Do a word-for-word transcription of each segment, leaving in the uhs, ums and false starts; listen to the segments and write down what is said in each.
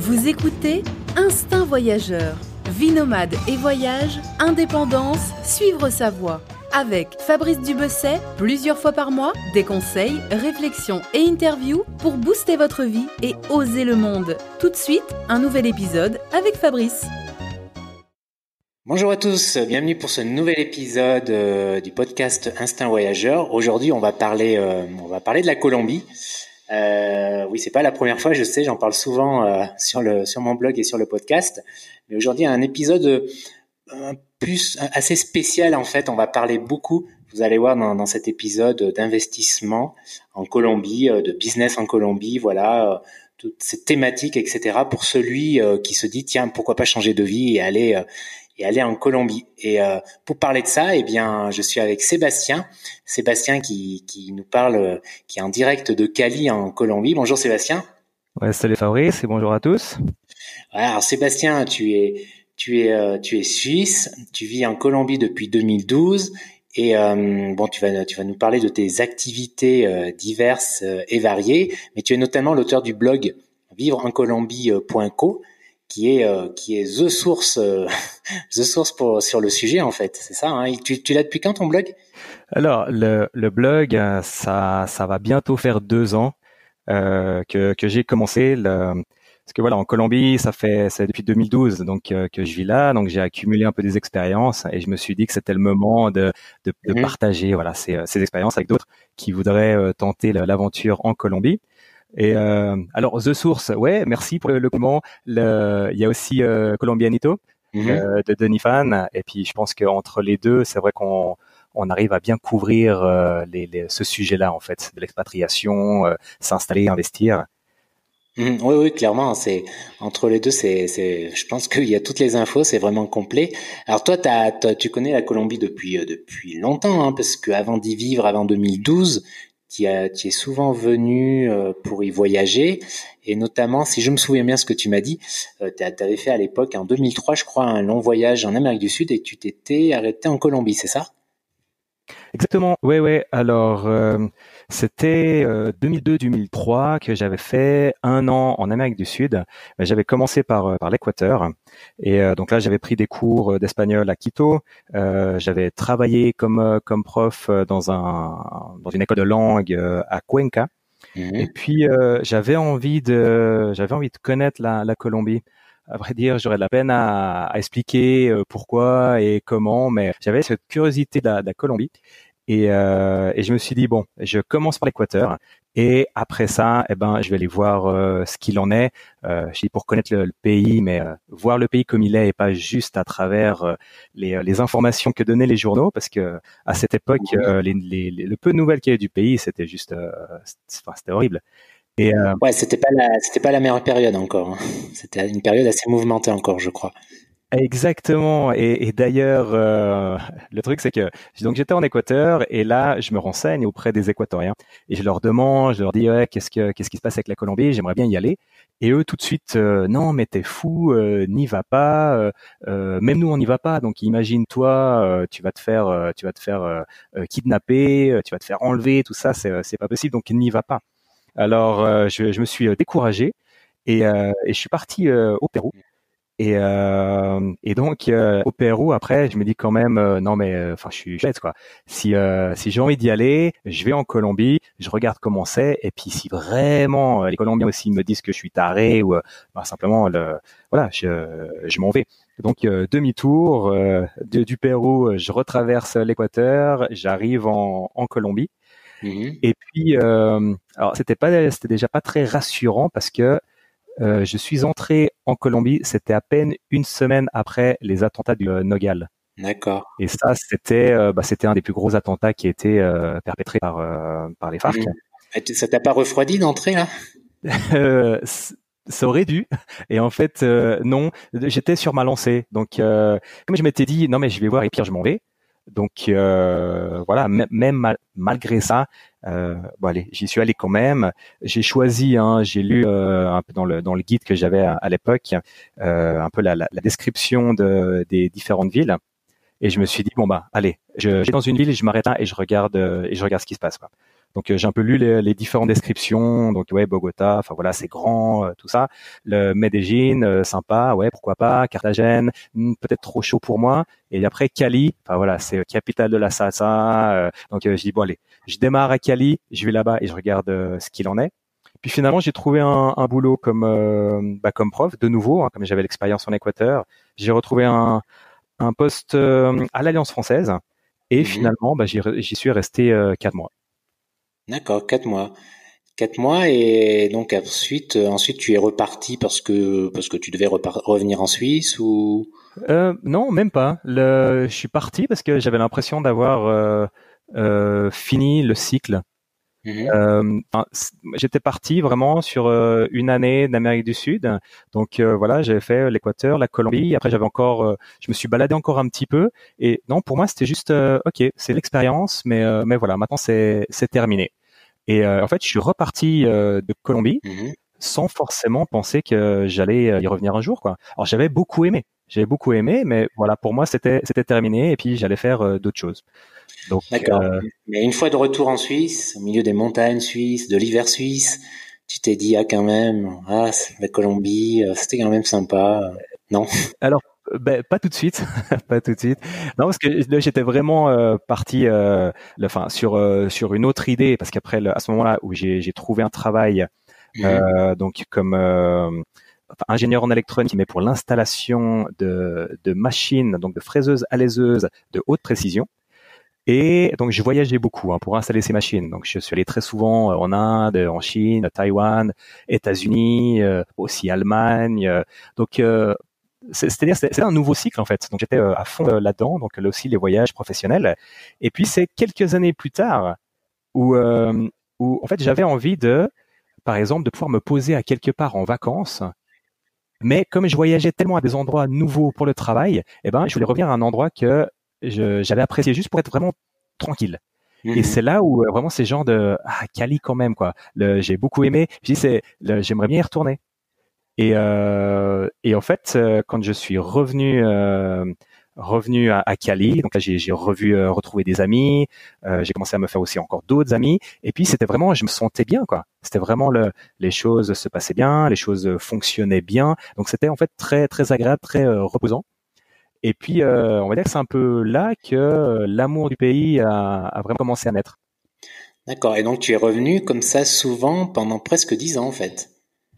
Vous écoutez Instinct Voyageur. Vie nomade et voyage, indépendance, suivre sa voie. Avec Fabrice Dubesset, plusieurs fois par mois, des conseils, réflexions et interviews pour booster votre vie et oser le monde. Tout de suite, un nouvel épisode avec Fabrice. Bonjour à tous, bienvenue pour ce nouvel épisode euh, du podcast Instinct Voyageur. Aujourd'hui, on va parler, euh, on va parler de la Colombie. Euh, oui, c'est pas la première fois, je sais, j'en parle souvent euh, sur le sur mon blog et sur le podcast. Mais aujourd'hui, un épisode euh, plus assez spécial en fait. On va parler beaucoup. Vous allez voir dans, dans cet épisode d'investissement en Colombie, euh, de business en Colombie, voilà, euh, toutes ces thématiques, et cetera. Pour celui euh, qui se dit tiens, pourquoi pas changer de vie et aller euh, et aller en Colombie. Et euh, pour parler de ça, eh bien, je suis avec Sébastien. Sébastien qui, qui nous parle, qui est en direct de Cali en Colombie. Bonjour Sébastien. Ouais, salut Fabrice et bonjour à tous. Ouais, alors Sébastien, tu es, tu es, euh, tu es suisse. Tu vis en Colombie depuis deux mille douze. Et euh, bon, tu vas, tu vas nous parler de tes activités euh, diverses euh, et variées. Mais tu es notamment l'auteur du blog vivre en colombie point co. qui est euh, qui est the source euh, the source pour sur le sujet en fait, c'est ça hein. Et tu tu l'as depuis quand ton blog? Alors le le blog ça ça va bientôt faire deux ans euh, que que j'ai commencé le parce que voilà en Colombie ça fait c'est depuis deux mille douze donc euh, que je vis là, donc j'ai accumulé un peu des expériences et je me suis dit que c'était le moment de de, de Mm-hmm. partager voilà ces ces expériences avec d'autres qui voudraient euh, tenter l'aventure en Colombie. Et euh, alors The Source, ouais, merci pour le, le comment. Le, il y a aussi euh, Colombianito Mm-hmm. euh, de Denis Fan. Et puis je pense qu'entre les deux, c'est vrai qu'on on arrive à bien couvrir euh, les, les, ce sujet-là en fait, de l'expatriation, euh, s'installer, investir. Mmh, oui, oui, clairement, c'est entre les deux, c'est, c'est. Je pense qu'il y a toutes les infos, c'est vraiment complet. Alors toi, t'as, t'as, tu connais la Colombie depuis euh, depuis longtemps, hein, parce que avant d'y vivre, avant deux mille douze, tu as, tu es souvent venu euh, pour y voyager, et notamment, si je me souviens bien ce que tu m'as dit, euh, tu avais fait à l'époque, en deux mille trois, je crois, un long voyage en Amérique du Sud, et tu t'étais arrêté en Colombie, c'est ça? Exactement, ouais, ouais. Alors, euh, c'était euh, deux mille deux deux mille trois que j'avais fait un an en Amérique du Sud. Mais j'avais commencé par euh, par l'Équateur et euh, donc là j'avais pris des cours d'espagnol à Quito. Euh, j'avais travaillé comme euh, comme prof euh, dans un dans une école de langue euh, à Cuenca. Et Mmh. puis euh, j'avais envie de j'avais envie de connaître la, la Colombie. À vrai dire, j'aurais de la peine à, à expliquer euh, pourquoi et comment, mais j'avais cette curiosité de la, de la Colombie. Et, euh, et je me suis dit bon, je commence par l'Équateur et après ça, eh ben, je vais aller voir euh, ce qu'il en est. Euh, je dis pour connaître le, le pays, mais euh, voir le pays comme il est et pas juste à travers euh, les, les informations que donnaient les journaux, parce que à cette époque, euh, les, les, les, le peu de nouvelles qu'il y avait du pays, c'était juste, euh, c'était, enfin, c'était horrible. Et euh, Ouais, c'était pas la, c'était pas la meilleure période encore, hein. C'était une période assez mouvementée encore, je crois. Exactement. Et, et d'ailleurs, euh, le truc, c'est que donc j'étais en Équateur et là, je me renseigne auprès des Équatoriens et je leur demande, je leur dis ouais, qu'est-ce que qu'est-ce qui se passe avec la Colombie? J'aimerais bien y aller. Et eux, tout de suite, euh, non, mais t'es fou, euh, n'y va pas. Euh, euh, même nous, on n'y va pas. Donc, imagine-toi, euh, tu vas te faire, euh, tu vas te faire euh, euh, kidnapper, euh, tu vas te faire enlever, tout ça, c'est c'est pas possible. Donc, n'y va pas. Alors, euh, je, je me suis euh, découragé et, euh, et je suis parti euh, au Pérou. Et, euh, et donc euh, au Pérou après je me dis quand même euh, non mais enfin euh, je suis bête quoi, si euh, si j'ai envie d'y aller je vais en Colombie, je regarde comment c'est et puis si vraiment euh, les Colombiens aussi me disent que je suis taré ou euh, ben, simplement le, voilà je je m'en vais. Donc euh, demi-tour euh, de, du Pérou, je retraverse l'Équateur, j'arrive en en Colombie. Mmh. Et puis euh, alors c'était pas c'était déjà pas très rassurant parce que euh, je suis entré en Colombie, c'était à peine une semaine après les attentats du euh, Nogal. D'accord. Et ça, c'était, euh, bah, c'était un des plus gros attentats qui a été euh, perpétré par euh, par les FARC. Mmh. Et tu- ça t'a pas refroidi d'entrer là? Euh, c- ça aurait dû. Et en fait, euh, non. J'étais sur ma lancée. Donc, euh, comme je m'étais dit, non mais je vais voir et pire je m'en vais. Donc euh, voilà, m- même mal- malgré ça, euh, bon allez, j'y suis allé quand même. J'ai choisi, hein, j'ai lu euh, un peu dans le dans le guide que j'avais à, à l'époque, euh, un peu la, la, la description de, des différentes villes, et je me suis dit bon bah allez, je, je vais dans une ville, et je m'arrête là et je regarde euh, et je regarde ce qui se passe quoi. Donc euh, j'ai un peu lu les, les différentes descriptions. Donc ouais, Bogota, enfin voilà, c'est grand, euh, tout ça. Le Medellín, euh, sympa, ouais, pourquoi pas. Carthagène, hmm, peut-être trop chaud pour moi. Et après Cali, enfin voilà, c'est euh, capitale de la salsa. Euh, donc euh, je dis bon allez, je démarre à Cali, je vais là-bas et je regarde euh, ce qu'il en est. Puis finalement j'ai trouvé un, un boulot comme euh, bah, comme prof de nouveau, hein, comme j'avais l'expérience en Équateur. J'ai retrouvé un un poste euh, à l'Alliance française et Mhm. finalement bah, j'y, re- j'y suis resté euh, quatre mois. D'accord, quatre mois. Quatre mois et donc ensuite, euh, ensuite tu es reparti parce que parce que tu devais repar- revenir en Suisse ou. Euh, non, même pas. Le, je suis parti parce que j'avais l'impression d'avoir euh, euh, fini le cycle. Mhm. Euh, enfin, c- j'étais parti vraiment sur euh, une année d'Amérique du Sud. Donc euh, voilà, j'avais fait l'Équateur, la Colombie. Après, j'avais encore, euh, je me suis baladé encore un petit peu. Et non, pour moi, c'était juste, euh, ok, c'est l'expérience, mais euh, mais voilà, maintenant c'est c'est terminé. Et euh, en fait, je suis reparti euh, de Colombie Mhm. sans forcément penser que j'allais euh, y revenir un jour, quoi. Alors j'avais beaucoup aimé, j'avais beaucoup aimé, mais voilà, pour moi c'était c'était terminé et puis j'allais faire euh, d'autres choses. Donc D'accord. euh, Mais une fois de retour en Suisse, au milieu des montagnes suisses, de l'hiver suisse, tu t'es dit ah quand même, ah c'est- la Colombie, euh, c'était quand même sympa, non? alors euh, ben, pas tout de suite, pas tout de suite. Non parce que là, j'étais vraiment euh, parti, euh, le- enfin sur euh, sur une autre idée parce qu'après le- à ce moment-là où j'ai j'ai trouvé un travail Mhm. euh, donc comme euh, enfin, ingénieur en électronique mais pour l'installation de de machines donc de fraiseuses alaiseuses de haute précision. Et donc, je voyageais beaucoup hein, pour installer ces machines. Donc, je suis allé très souvent euh, en Inde, en Chine, Taïwan, États-Unis, euh, aussi Allemagne. euh. donc, euh, c'est- c'est-à-dire, c'est c'est un nouveau cycle en fait. Donc, j'étais euh, à fond euh, là-dedans. Donc, là aussi, les voyages professionnels. Et puis, c'est quelques années plus tard où, euh, où en fait, j'avais envie de, par exemple, de pouvoir me poser à quelque part en vacances. Mais comme je voyageais tellement à des endroits nouveaux pour le travail, eh ben, je voulais revenir à un endroit que je- j'avais apprécié juste pour être vraiment tranquille. Et Mhm. c'est là où euh, vraiment ces genres de ah Cali quand même quoi. Le, j'ai beaucoup aimé. Je dis c'est le- j'aimerais bien y retourner. Et euh, et en fait euh, quand je suis revenu euh, revenu à, à Cali, donc là j'ai j'ai revu euh, retrouvé des amis. Euh, j'ai commencé à me faire aussi encore d'autres amis. Et puis c'était vraiment je me sentais bien quoi. C'était vraiment le les choses se passaient bien, les choses fonctionnaient bien. Donc c'était en fait très très agréable, très euh, reposant. Et puis, euh, on va dire que c'est un peu là que euh, l'amour du pays a, a vraiment commencé à naître. D'accord. Et donc tu es revenu comme ça souvent pendant presque dix ans en fait.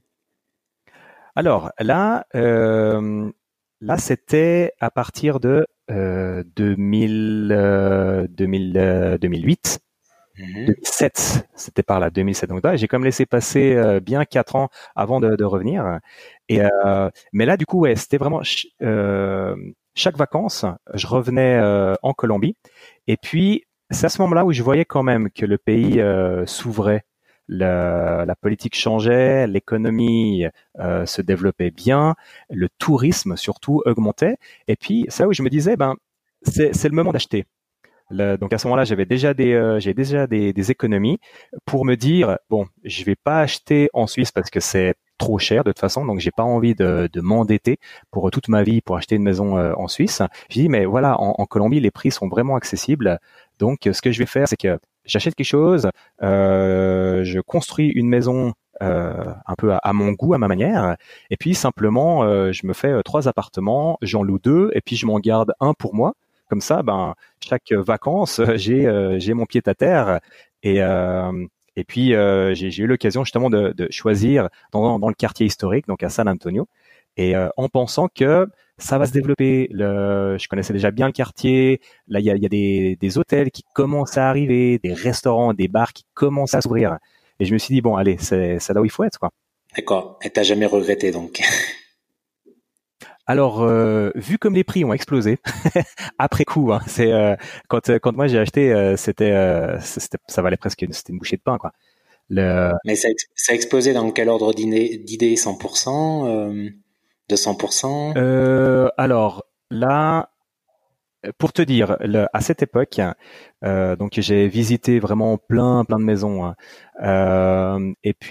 Alors là, euh, là, c'était à partir de euh, deux mille, euh, deux mille, euh, deux mille huit, Mhm. deux mille sept. C'était par là, deux mille sept. Donc là, j'ai quand même laissé passer euh, bien quatre ans avant de, de revenir. Et euh, mais là, du coup, ouais, c'était vraiment ch- euh, chaque vacances, je revenais euh, en Colombie. Et puis, c'est à ce moment-là où je voyais quand même que le pays euh, s'ouvrait, la, la politique changeait, l'économie euh, se développait bien, le tourisme surtout augmentait. Et puis, c'est là où je me disais, ben, c'est, c'est le moment d'acheter. Le- donc à ce moment-là, j'avais déjà des, euh, j'ai déjà des, des économies pour me dire bon, je vais pas acheter en Suisse parce que c'est trop cher de toute façon, donc j'ai pas envie de, de m'endetter pour toute ma vie pour acheter une maison euh, en Suisse. J'ai dit mais voilà, en, en Colombie les prix sont vraiment accessibles, donc ce que je vais faire c'est que j'achète quelque chose, euh, je construis une maison euh, un peu à, à mon goût, à ma manière, et puis simplement euh, je me fais euh, trois appartements, j'en loue deux, et puis je m'en garde un pour moi. Comme ça, ben chaque vacances, j'ai euh, j'ai mon pied à terre et euh, et puis euh, j'ai j'ai eu l'occasion justement de, de choisir dans, dans le quartier historique, donc à San Antonio, et euh, en pensant que ça va se développer. Le, je connaissais déjà bien le quartier. Là, il y a, il y a des, des hôtels qui commencent à arriver, des restaurants, des bars qui commencent à s'ouvrir. Et je me suis dit bon, allez, c'est c'est là où il faut être, quoi. D'accord. Et t'as jamais regretté donc. Alors, euh, vu comme les prix ont explosé, après coup, hein, c'est euh, quand euh, quand moi j'ai acheté, euh, c'était, euh, c'était ça valait presque une, c'était une bouchée de pain quoi. Le, Mais ça, a ex- ça a explosé dans quel ordre d'idée, d'idée cent pour cent, euh, deux cents pour cent? euh, alors là, pour te dire, le- à cette époque, euh, donc j'ai visité vraiment plein plein de maisons, hein. Euh, et puis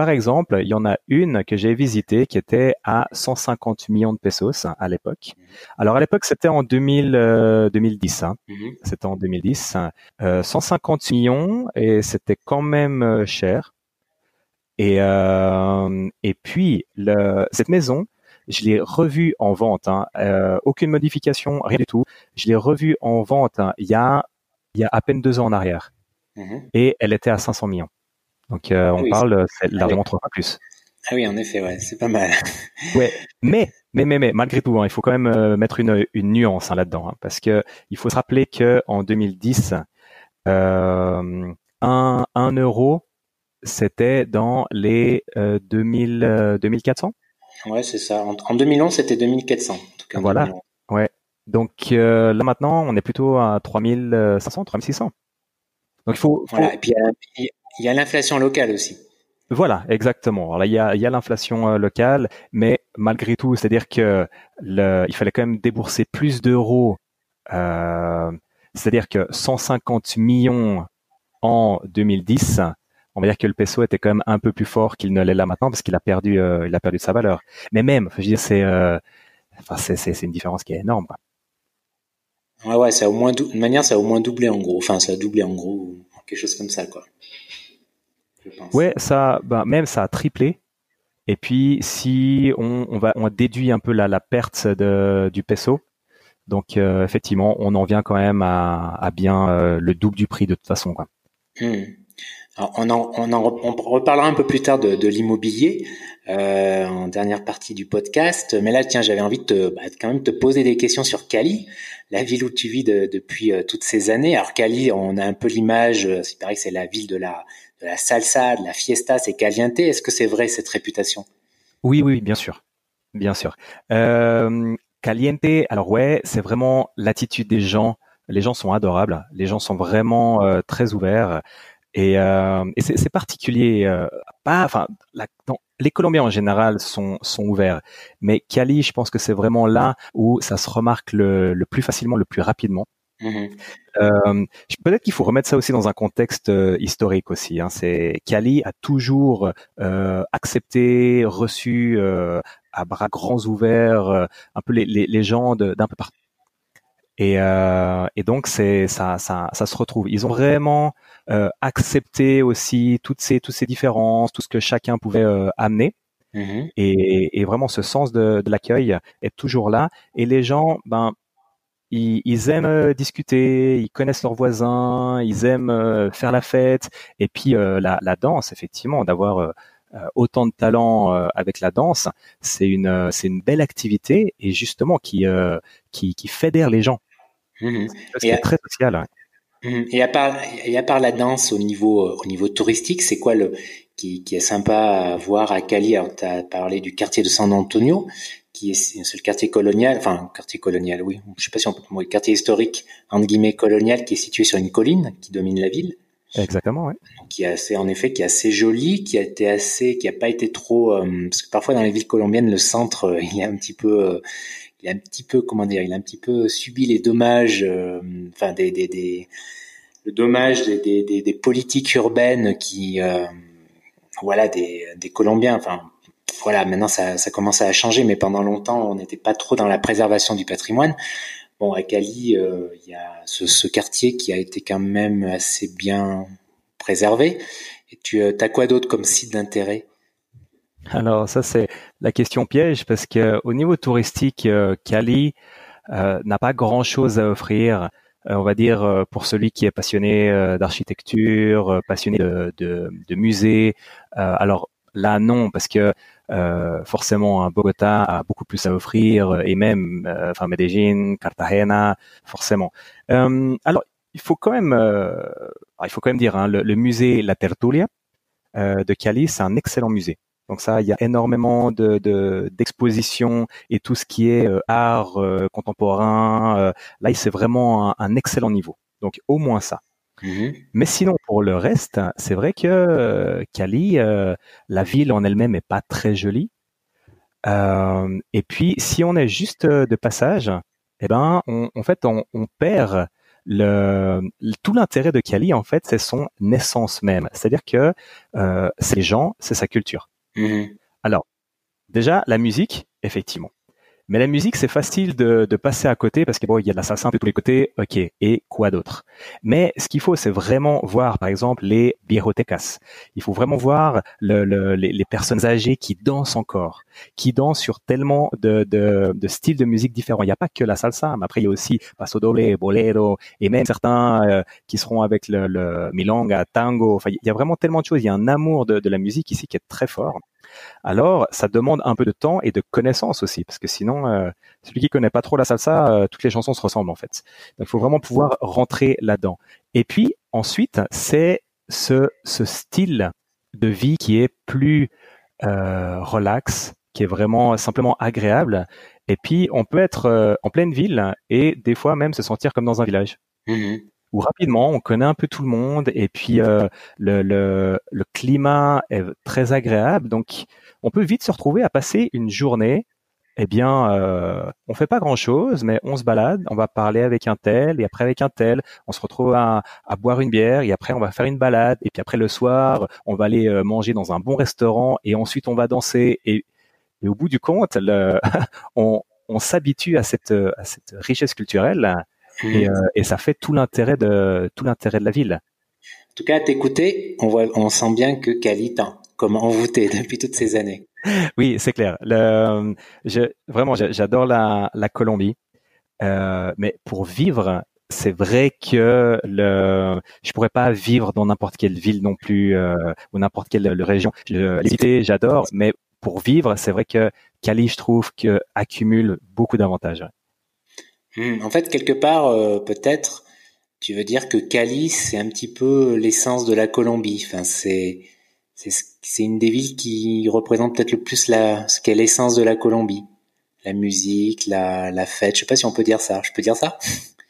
par exemple, il y en a une que j'ai visitée qui était à cent cinquante millions de pesos à l'époque. Alors à l'époque, c'était en deux mille, euh, deux mille dix. Hein. Mm-hmm. C'était en deux mille dix. Euh, cent cinquante millions et c'était quand même euh, cher. Et, euh, et puis, le, cette maison, je l'ai revue en vente. Hein. Euh, aucune modification, rien du tout. Je l'ai revue en vente hein, il y a, il y a à peine deux ans en arrière. Mm-hmm. Et elle était à cinq cents millions. Donc, euh, on oui, parle, c'est, c'est largement trois fois plus. Ah oui, en effet, ouais, c'est pas mal. Ouais, mais, mais, mais, mais, malgré tout, hein, il faut quand même euh, mettre une, une nuance hein, là-dedans, hein, parce que il faut se rappeler que en deux mille dix, euh, un, un euro, c'était dans les euh, deux mille, euh, deux mille quatre cents. Ouais, c'est ça. En, en deux mille onze, c'était deux mille quatre cents. En tout cas, voilà. Ouais. Donc euh, là maintenant, on est plutôt à trois mille cinq cents, trois mille six cents. Donc il faut. faut... Voilà. Et puis il y, y a l'inflation locale aussi. Voilà, exactement. Alors là, il y a, il y a l'inflation euh, locale, mais malgré tout, c'est-à-dire que le, il fallait quand même débourser plus d'euros. Euh, c'est-à-dire que cent cinquante millions en deux mille dix. On va dire que le peso était quand même un peu plus fort qu'il ne l'est là maintenant parce qu'il a perdu, euh, il a perdu de sa valeur. Mais même, je veux dire, c'est, euh, enfin, c'est, c'est, c'est une différence qui est énorme, quoi. Ouais, ouais, ça a au moins, dou- de manière, ça a au moins doublé en gros. Enfin, ça a doublé en gros, quelque chose comme ça, quoi. Je pense. Ouais, ça, bah, même ça a triplé. Et puis, si on, on va, on déduit un peu la, la perte de, du peso, donc euh, effectivement, on en vient quand même à, à bien euh, le double du prix de toute façon, quoi. Hmm. Alors, on, en, on, en, on reparlera un peu plus tard de, de l'immobilier euh, en dernière partie du podcast. Mais là, tiens, j'avais envie de, te, bah, de quand même te poser des questions sur Cali, la ville où tu vis de, depuis euh, toutes ces années. Alors Cali, on a un peu l'image, euh, c'est pareil, c'est la ville de la, de la salsa, de la fiesta, c'est caliente. Est-ce que c'est vrai cette réputation? Oui, oui, bien sûr, bien sûr. Euh, caliente, alors ouais, c'est vraiment l'attitude des gens. Les gens sont adorables, les gens sont vraiment euh, très ouverts. Et, euh, et c'est, c'est particulier. Euh, pas, enfin, la, non, les Colombiens en général sont, sont ouverts, mais Cali, je pense que c'est vraiment là où ça se remarque le, le plus facilement, le plus rapidement. Mmh. Euh, peut-être qu'il faut remettre ça aussi dans un contexte euh, historique aussi. Hein. C'est Cali a toujours euh, accepté, reçu euh, à bras grands ouverts euh, un peu les, les, les gens de, d'un peu partout. Et, euh, et donc c'est ça, ça, ça se retrouve. Ils ont vraiment euh, accepté aussi toutes ces, toutes ces différences, tout ce que chacun pouvait euh, amener. Mmh. Et, et vraiment ce sens de, de l'accueil est toujours là. Et les gens, ben, ils, ils aiment euh, discuter, ils connaissent leurs voisins, ils aiment euh, faire la fête. Et puis euh, la, la danse, effectivement, d'avoir euh, autant de talent euh, avec la danse, c'est une, c'est une belle activité et justement qui, euh, qui, qui fédère les gens. Mmh. C'est très social. Ouais. Mmh. Et à part, et à part la danse au niveau, au niveau touristique, c'est quoi le qui, qui est sympa à voir à Cali? Alors, tu as parlé du quartier de San Antonio, qui est, c'est le quartier colonial, enfin quartier colonial, oui. Je sais pas si on peut, le quartier historique entre guillemets colonial, qui est situé sur une colline qui domine la ville. Exactement, oui. Qui est assez, en effet, qui est assez joli, qui a été assez, qui a pas été trop, euh, parce que parfois dans les villes colombiennes, le centre, euh, il est un petit peu, euh, il a un petit peu, comment dire, il a un petit peu subi les dommages, euh, enfin des, des, des, le dommage des, des, des, des politiques urbaines qui, euh, voilà, des, des Colombiens. Enfin, voilà, maintenant ça, ça commence à changer, mais pendant longtemps, on n'était pas trop dans la préservation du patrimoine. Bon, à Cali, euh, il y a ce, ce quartier qui a été quand même assez bien préservé. Et tu as quoi d'autre comme site d'intérêt? Alors ça c'est la question piège parce que au niveau touristique, euh, Cali euh, n'a pas grand-chose à offrir. Euh, on va dire euh, pour celui qui est passionné euh, d'architecture, euh, passionné de, de, de musées. Euh, alors là non parce que euh, forcément hein, Bogota a beaucoup plus à offrir et même euh, enfin Medellín, Cartagena, forcément. Euh, alors il faut quand même euh, il faut quand même dire hein, le, le musée La Tertulia euh, de Cali, c'est un excellent musée. Donc ça, il y a énormément de, de d'expositions et tout ce qui est euh, art euh, contemporain. Euh, là, c'est vraiment un, un excellent niveau. Donc au moins ça. Mmh. Mais sinon, pour le reste, c'est vrai que euh, Cali, euh, la ville en elle-même est pas très jolie. Euh, et puis, si on est juste de passage, eh ben, on, en fait, on, on perd le, le- tout l'intérêt de Cali, en fait, c'est son essence même. C'est-à-dire que euh, c'est les gens, c'est sa culture. Mhm. Alors, déjà, la musique, effectivement. Mais la musique, c'est facile de, de passer à côté parce que bon, il y a de la salsa un peu de tous les côtés. Ok. Et quoi d'autre? Mais ce qu'il faut, c'est vraiment voir, par exemple, les biérotecas. Il faut vraiment voir le, le, les, les personnes âgées qui dansent encore, qui dansent sur tellement de, de, de styles de musique différents. Il n'y a pas que la salsa, mais après il y a aussi paso doble, bolero, et même certains euh, qui seront avec le, le milonga, tango. Enfin, il y a vraiment tellement de choses. Il y a un amour de, de la musique ici qui est très fort. Alors, ça demande un peu de temps et de connaissance aussi, parce que sinon, euh, celui qui connaît pas trop la salsa, euh, toutes les chansons se ressemblent en fait. Donc, il faut vraiment pouvoir rentrer là-dedans. Et puis, ensuite, c'est ce, ce style de vie qui est plus euh, relax, qui est vraiment simplement agréable. Et puis, on peut être euh, en pleine ville et des fois même se sentir comme dans un village Mhm. où rapidement on connaît un peu tout le monde et puis euh, le, le, le climat est très agréable, donc on peut vite se retrouver à passer une journée. Eh bien, euh, on fait pas grand-chose, mais on se balade, on va parler avec un tel et après avec un tel, on se retrouve à, à boire une bière et après on va faire une balade et puis après le soir on va aller euh, manger dans un bon restaurant et ensuite on va danser et, et au bout du compte, le, on, on s'habitue à cette, à cette richesse culturelle et, euh, Mhm. et ça fait tout l'intérêt de tout l'intérêt de la ville. En tout cas, à t'écouter, on voit, on sent bien que Cali t'a comme envoûté depuis toutes ces années. Oui, c'est clair. Le, je, vraiment, j'a- j'adore la, la Colombie, euh, mais pour vivre, c'est vrai que le, je pourrais pas vivre dans n'importe quelle ville non plus euh, ou n'importe quelle euh, région. Je, les cités, j'adore, mais pour vivre, c'est vrai que Cali, je trouve que accumule beaucoup d'avantages. Mhm. En fait, quelque part, euh, peut-être, tu veux dire que Cali, c'est un petit peu l'essence de la Colombie. Enfin, c'est, c'est, c'est une des villes qui représente peut-être le plus la, ce qu'est l'essence de la Colombie. La musique, la, la fête. Je sais pas si on peut dire ça. Je peux dire ça?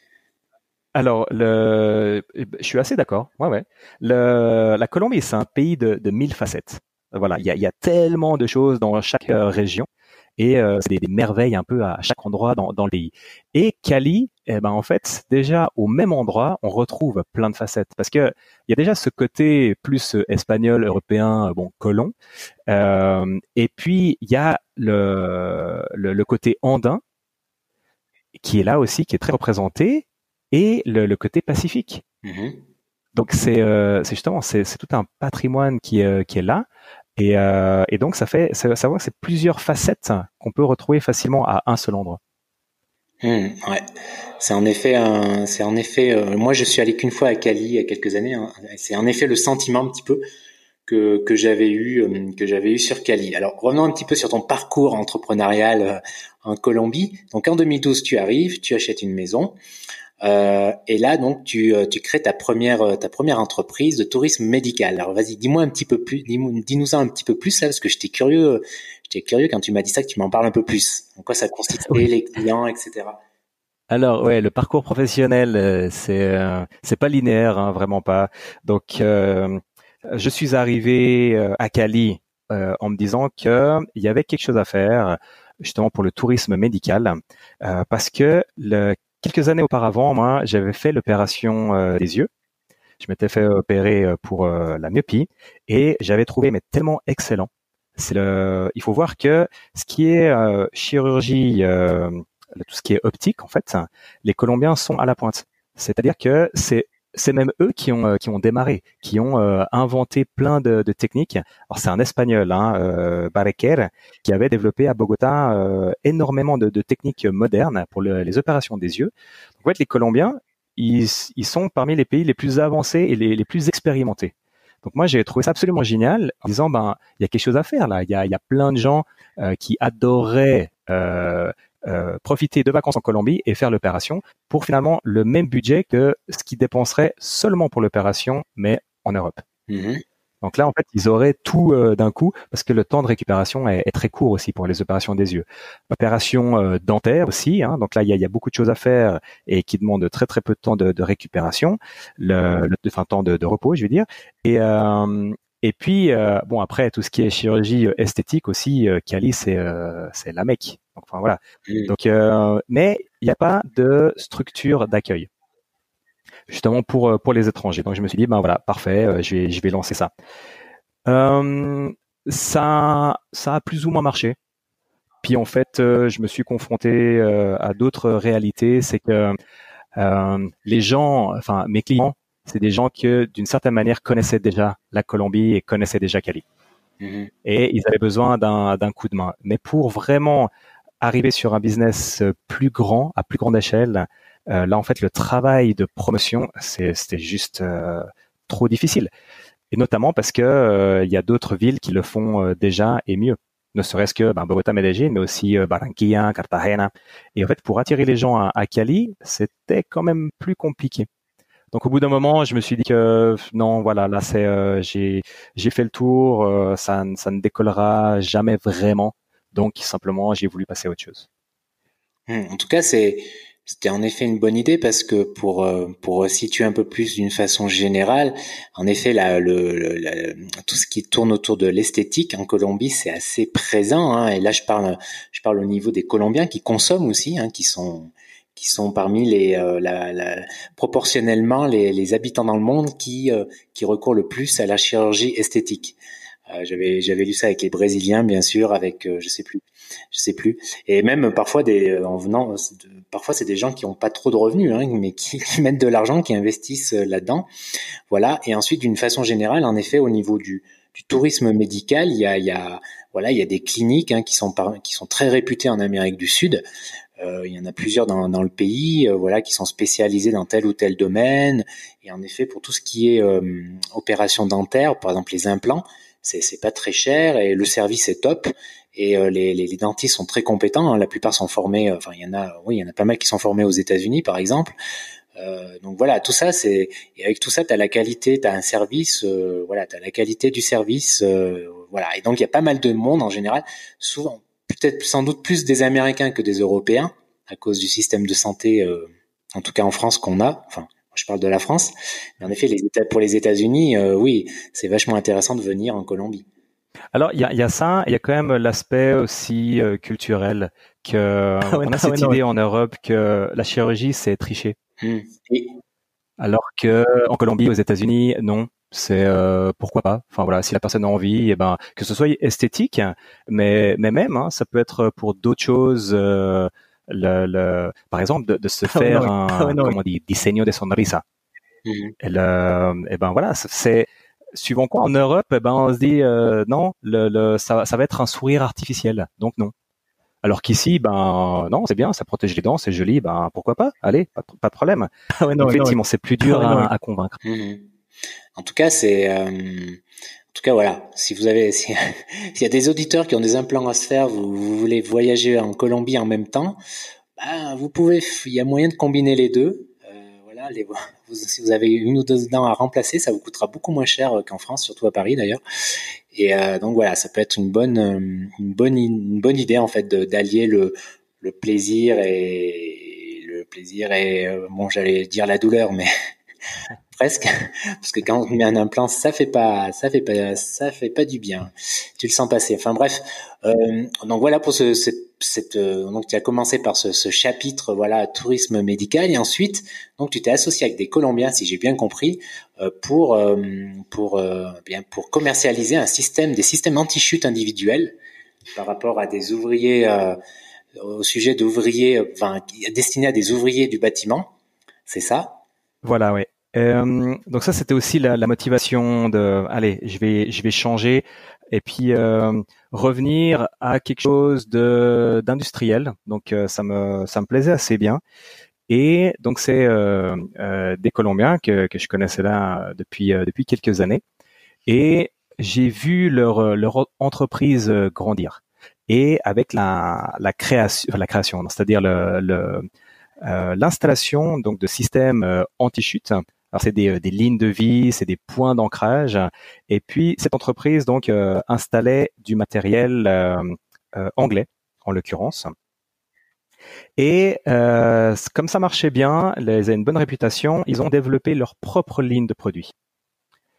Alors, le, je suis assez d'accord. Ouais, ouais. Le, la Colombie, c'est un pays de, de mille facettes. Voilà, il y a, il y a tellement de choses dans chaque euh, région et euh, c'est des, des merveilles un peu à chaque endroit dans, dans le pays. Et Cali, eh ben en fait, déjà au même endroit, on retrouve plein de facettes parce que il y a déjà ce côté plus euh, espagnol, européen, euh, bon, colon. Euh, et puis il y a le, le, le côté andin qui est là aussi, qui est très représenté, et le, le côté pacifique. Mhm. Donc c'est euh, c'est justement c'est c'est tout un patrimoine qui est qui est là et euh, et donc ça fait ça, ça voit que c'est plusieurs facettes qu'on peut retrouver facilement à un seul endroit. Mhm, ouais. C'est en effet un, c'est en effet, euh, moi je suis allé qu'une fois à Cali il y a quelques années, hein. C'est en effet le sentiment un petit peu que, que j'avais eu, euh, que j'avais eu sur Cali. Alors, revenons un petit peu sur ton parcours entrepreneurial euh, en Colombie. Donc, en deux mille douze, tu arrives, tu achètes une maison, euh, et là, donc, tu, euh, tu crées ta première, euh, ta première entreprise de tourisme médical. Alors, vas-y, dis-moi un petit peu plus, dis-moi- dis-nous un petit peu plus là, parce que j'étais curieux, euh, j'étais curieux quand tu m'as dit ça, que tu m'en parles un peu plus. En quoi ça consistait, Oui. les clients, et cetera. Alors ouais, le parcours professionnel, euh, c'est euh, c'est pas linéaire, hein, vraiment pas. Donc euh, je suis arrivé euh, à Cali euh, en me disant que il y avait quelque chose à faire justement pour le tourisme médical euh, parce que le, quelques années auparavant, moi, j'avais fait l'opération euh, des yeux. Je m'étais fait opérer euh, pour euh, la myopie et j'avais trouvé mais tellement excellent. C'est le, il faut voir que ce qui est euh, chirurgie, euh, tout ce qui est optique en fait, les Colombiens sont à la pointe. C'est-à-dire que c'est c'est même eux qui ont euh, qui ont démarré, qui ont euh, inventé plein de, de techniques. Alors c'est un Espagnol, hein, euh, Barrequer, qui avait développé à Bogota euh, énormément de, de techniques modernes pour le- les opérations des yeux. Donc, en fait, les Colombiens, ils, ils sont parmi les pays les plus avancés et les, les plus expérimentés. Donc moi, j'ai trouvé ça absolument génial en disant, ben, il y a quelque chose à faire là. Il y a, il y a plein de gens euh, qui adoraient euh, euh, profiter de vacances en Colombie et faire l'opération pour finalement le même budget que ce qu'ils dépenseraient seulement pour l'opération, mais en Europe. Mhm. Donc là, en fait, ils auraient tout euh, d'un coup parce que le temps de récupération est, est très court aussi pour les opérations des yeux. Opération euh, dentaire aussi, hein, donc là, il y a, il y a beaucoup de choses à faire et qui demandent très très peu de temps de, de récupération, le, le enfin temps de, de repos, je veux dire. Et euh, et puis euh, bon après tout ce qui est chirurgie euh, esthétique aussi, euh, Cali c'est euh, c'est la Mecque. Donc enfin voilà. Mhm. Donc euh, mais il n'y a pas de structure d'accueil. justement pour pour les étrangers. Donc je me suis dit ben voilà, parfait, je vais je vais lancer ça. Euh, ça ça a plus ou moins marché. Puis en fait, euh, je me suis confronté euh, à d'autres réalités. C'est que euh, les gens, enfin mes clients, c'est des gens qui, d'une certaine manière, connaissaient déjà la Colombie et connaissaient déjà Cali. Mmh. Et ils avaient besoin d'un, d'un coup de main. Mais pour vraiment arriver sur un business plus grand, à plus grande échelle, euh, là en fait, le travail de promotion, c'est, c'était juste euh, trop difficile. Et notamment parce que euh, il y a d'autres villes qui le font euh, déjà et mieux. Ne serait-ce que ben, Bogota, Medellín, mais aussi euh, Barranquilla, Cartagena. Et en fait, pour attirer les gens à, à Cali, c'était quand même plus compliqué. Donc, au bout d'un moment, je me suis dit que non, voilà, là, c'est euh, j'ai j'ai fait le tour, euh, ça ça ne décollera jamais vraiment. Donc, simplement, j'ai voulu passer à autre chose. En tout cas, c'est C'était en effet une bonne idée parce que pour pour situer un peu plus d'une façon générale, en effet, la, le, le la, tout ce qui tourne autour de l'esthétique en Colombie, c'est assez présent. Hein, et là, je parle je parle au niveau des Colombiens qui consomment aussi, hein, qui sont qui sont parmi les euh, la, la, proportionnellement les, les habitants dans le monde qui euh, qui recourent le plus à la chirurgie esthétique. Euh, j'avais j'avais lu ça avec les Brésiliens, bien sûr, avec euh, je sais plus je sais plus et même parfois des en venant de, parfois c'est des gens qui ont pas trop de revenus, hein, mais qui, qui mettent de l'argent, qui investissent là-dedans, voilà. Et ensuite, d'une façon générale, en effet, au niveau du du tourisme médical, il y a il y a voilà il y a des cliniques, hein, qui sont par, qui sont très réputées en Amérique du Sud. Euh, il y en a plusieurs dans, dans le pays, euh, voilà, qui sont spécialisés dans tel ou tel domaine. Et en effet, pour tout ce qui est euh, opération dentaire, par exemple les implants, c'est c'est pas très cher et le service est top. Et euh, les, les, les dentistes sont très compétents, hein. La plupart sont formés, euh, enfin il y en a, oui, il y en a pas mal qui sont formés aux États-Unis, par exemple. Euh, donc voilà, tout ça, c'est et avec tout ça, t'as la qualité, t'as un service, euh, voilà, t'as la qualité du service, euh, voilà. Et donc il y a pas mal de monde en général, souvent, peut-être sans doute plus des Américains que des Européens à cause du système de santé, euh, en tout cas en France qu'on a. Enfin, je parle de la France, mais en effet, les États, pour les États-Unis, euh, oui, c'est vachement intéressant de venir en Colombie. Alors, il y a, y a ça, il y a quand même l'aspect aussi euh, culturel, que ah ouais, on a cette ouais, idée ouais. en Europe que la chirurgie, c'est tricher. Mmh. Et... Alors que en Colombie, aux États-Unis, non. C'est euh, pourquoi pas. Enfin voilà, si la personne a envie, et ben que ce soit esthétique, mais mais même, hein, ça peut être pour d'autres choses. Euh, le, le, par exemple, de, de se faire ah ouais, un ah ouais, comment on dit, diseño de sonrisa. Mmh. Et, le, et ben voilà, c'est suivant quoi en Europe, eh ben on se dit euh, non, le, le ça, ça va être un sourire artificiel, donc non. Alors qu'ici, ben non, c'est bien, ça protège les dents, c'est joli, ben pourquoi pas, allez, pas, pas de problème. Ah ouais, non, effectivement, non, c'est plus dur ah ouais, à, à convaincre. Mmh. En tout cas, c'est, euh, en tout cas voilà, si vous avez, si, s'il y a des auditeurs qui ont des implants à se faire, vous, vous voulez voyager en Colombie en même temps, ben vous pouvez, il y a moyen de combiner les deux. Les, vous, si vous avez une ou deux dents à remplacer, ça vous coûtera beaucoup moins cher qu'en France, surtout à Paris d'ailleurs. Et euh, donc voilà, ça peut être une bonne, une bonne, une bonne idée en fait de, d'allier le, le plaisir et le plaisir et euh, bon, j'allais dire la douleur, mais presque, parce que quand on met un implant, ça fait pas, ça fait pas, ça fait pas du bien. Tu le sens passer. Enfin bref, euh, donc voilà pour ce, cette, cette, donc tu as commencé par ce, ce chapitre, voilà, tourisme médical, et ensuite, donc tu t'es associé avec des Colombiens, si j'ai bien compris, euh, pour, euh, pour, euh, bien, pour commercialiser un système, des systèmes anti-chute individuels par rapport à des ouvriers, euh, au sujet d'ouvriers, enfin, destinés à des ouvriers du bâtiment, c'est ça? Voilà, oui. Euh, donc ça, c'était aussi la, la motivation de, allez, je vais, je vais changer et puis euh, revenir à quelque chose de d'industriel. Donc euh, ça me, ça me plaisait assez bien. Et donc c'est euh, euh, des Colombiens que que je connaissais là depuis euh, depuis quelques années et j'ai vu leur leur entreprise grandir et avec la la création, enfin, la création, c'est-à-dire le, le Euh, l'installation donc de systèmes euh, anti-chute. Alors c'est des, des lignes de vis, c'est des points d'ancrage. Et puis cette entreprise donc euh, installait du matériel euh, euh, anglais en l'occurrence. Et euh, comme ça marchait bien, ils avaient une bonne réputation, ils ont développé leur propre ligne de produits.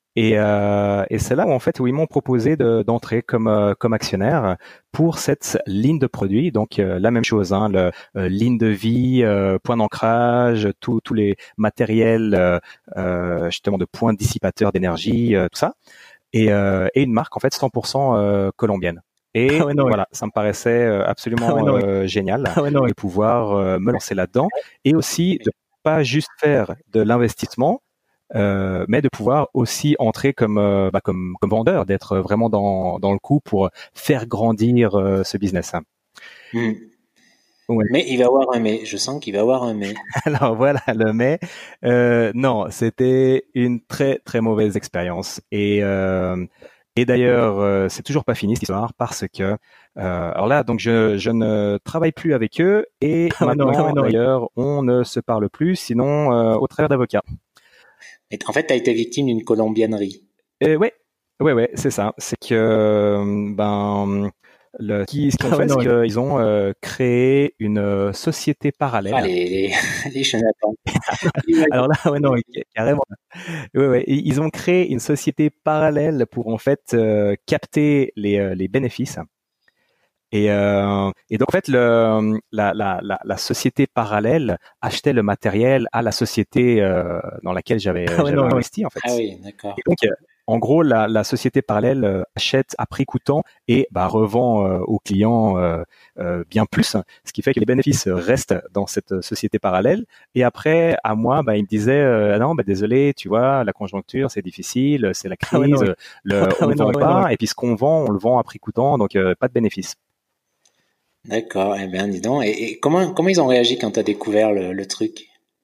Et, euh, et c'est là où en fait où ils m'ont proposé de, d'entrer comme euh, comme actionnaire pour cette ligne de produits. Donc euh, la même chose, hein, le euh, ligne de vie, euh, point d'ancrage, tous tous les matériels euh, euh, justement de points dissipateurs d'énergie, euh, tout ça, et, euh, et une marque en fait cent pour cent euh, colombienne. Et Ah ouais, non, voilà, ça me paraissait euh, absolument ah ouais, non, euh, génial ah ouais, non, de pouvoir euh, me lancer là-dedans et aussi de pas juste faire de l'investissement, euh, mais de pouvoir aussi entrer comme euh, bah, comme comme vendeur, d'être vraiment dans dans le coup pour faire grandir euh, ce business. Hmm. Ouais. Mais il va y avoir un mais. Je sens qu'il va y avoir un mais. Alors voilà le mais. Euh, non, c'était une très très mauvaise expérience et euh, et d'ailleurs euh, c'est toujours pas fini cette histoire parce que euh, alors là donc je je ne travaille plus avec eux et Ah ouais, non, maintenant ah ouais, non, d'ailleurs on ne se parle plus sinon euh, au travers d'avocats. Et en fait, tu as été victime d'une colombiennerie. Euh, ouais, ouais, ouais, c'est ça. C'est que euh, ben le, qui, ce qu'ils ont Ah ouais, fait, non, c'est ouais. qu'ils ont euh, créé une euh, société parallèle. Ah, les, les, les chenapans. Alors là, ouais, non, ca- carrément. Ouais, ouais, et ils ont créé une société parallèle pour en fait euh, capter les, euh, les bénéfices. Et, euh, et donc en fait, le, la, la, la, la société parallèle achetait le matériel à la société euh, dans laquelle j'avais Ah ouais, j'avais non, ouais. investi en fait. Ah oui, d'accord. Et donc, euh, en gros, la, la société parallèle euh, achète à prix coûtant et bah, revend euh, aux clients euh, euh, bien plus, ce qui fait que les bénéfices restent dans cette société parallèle. Et après, à moi, bah, il me disait euh, ah non, bah, désolé, tu vois, la conjoncture, c'est difficile, c'est la crise, Ah ouais, non, ouais. le, Ah on ouais, ne non, vend ouais, pas. non, ouais. Et puis ce qu'on vend, on le vend à prix coûtant, donc euh, pas de bénéfices. D'accord, eh bien, dis donc. Et, et comment, comment ils ont réagi quand tu as découvert le, le truc?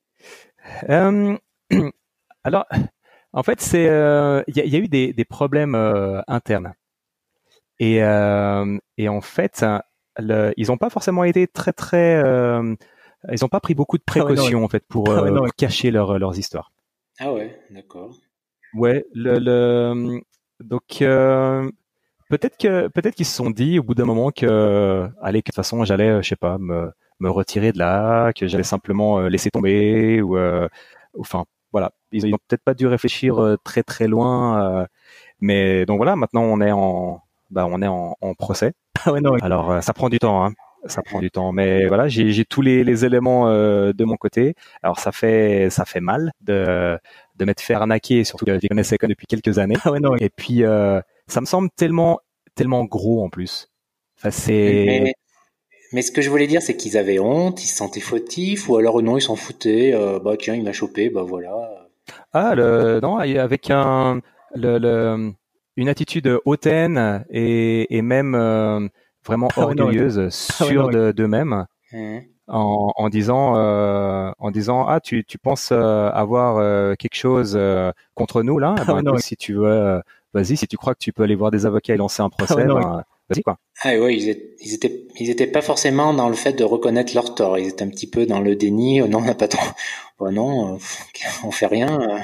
Euh, alors, en fait, c'est il euh, y, a, y a eu des, des problèmes euh, internes. Et, euh, et en fait, le, ils n'ont pas forcément été très très, euh, ils n'ont pas pris beaucoup de précautions Ah ouais, non, ouais. en fait pour, Ah ouais, euh, non, pour ouais. cacher leur, leurs histoires. Ah ouais, d'accord. Ouais, le, le donc euh, peut-être que peut-être qu'ils se sont dit au bout d'un moment que, allez, que de toute façon j'allais, euh, je sais pas, me me retirer de là, que j'allais simplement euh, laisser tomber ou, euh, enfin voilà, ils, ils ont peut-être pas dû réfléchir euh, très très loin, euh, mais donc voilà, maintenant on est en bah on est en, en procès. Ah ouais, non, ouais. Alors euh, ça prend du temps, hein. Ça prend du temps, mais voilà, j'ai j'ai tous les, les éléments euh, de mon côté. Alors ça fait ça fait mal de de m'être fait arnaquer, surtout que je les connaissais que depuis quelques années. Ah ouais, non, ouais. Et puis euh, ça me semble tellement tellement gros en plus. Enfin c'est Mais, mais ce que je voulais dire, c'est qu'ils avaient honte, ils se sentaient fautifs, ou alors non, ils s'en foutaient. Euh, bah tiens, il m'a chopé, bah voilà. ah le non avec un le, le une attitude hautaine et et même euh, vraiment Ah ouais, non, ouais. orgueilleuse, Ah ouais, non, sûre ouais. de d'eux-mêmes. Hum. en, en disant euh, en disant ah tu tu penses euh, avoir euh, quelque chose euh, contre nous là. Eh Ah ben ouais, non, écoute, ouais. si tu veux euh, vas-y, si tu crois que tu peux aller voir des avocats et lancer un Ah ouais, procès, non, ouais. ben vas-y quoi. Ah ouais, ils étaient, ils étaient, ils étaient pas forcément dans le fait de reconnaître leur tort. Ils étaient un petit peu dans le déni. Euh, non, on n'a pas trop. Bah non, euh, on fait rien. euh.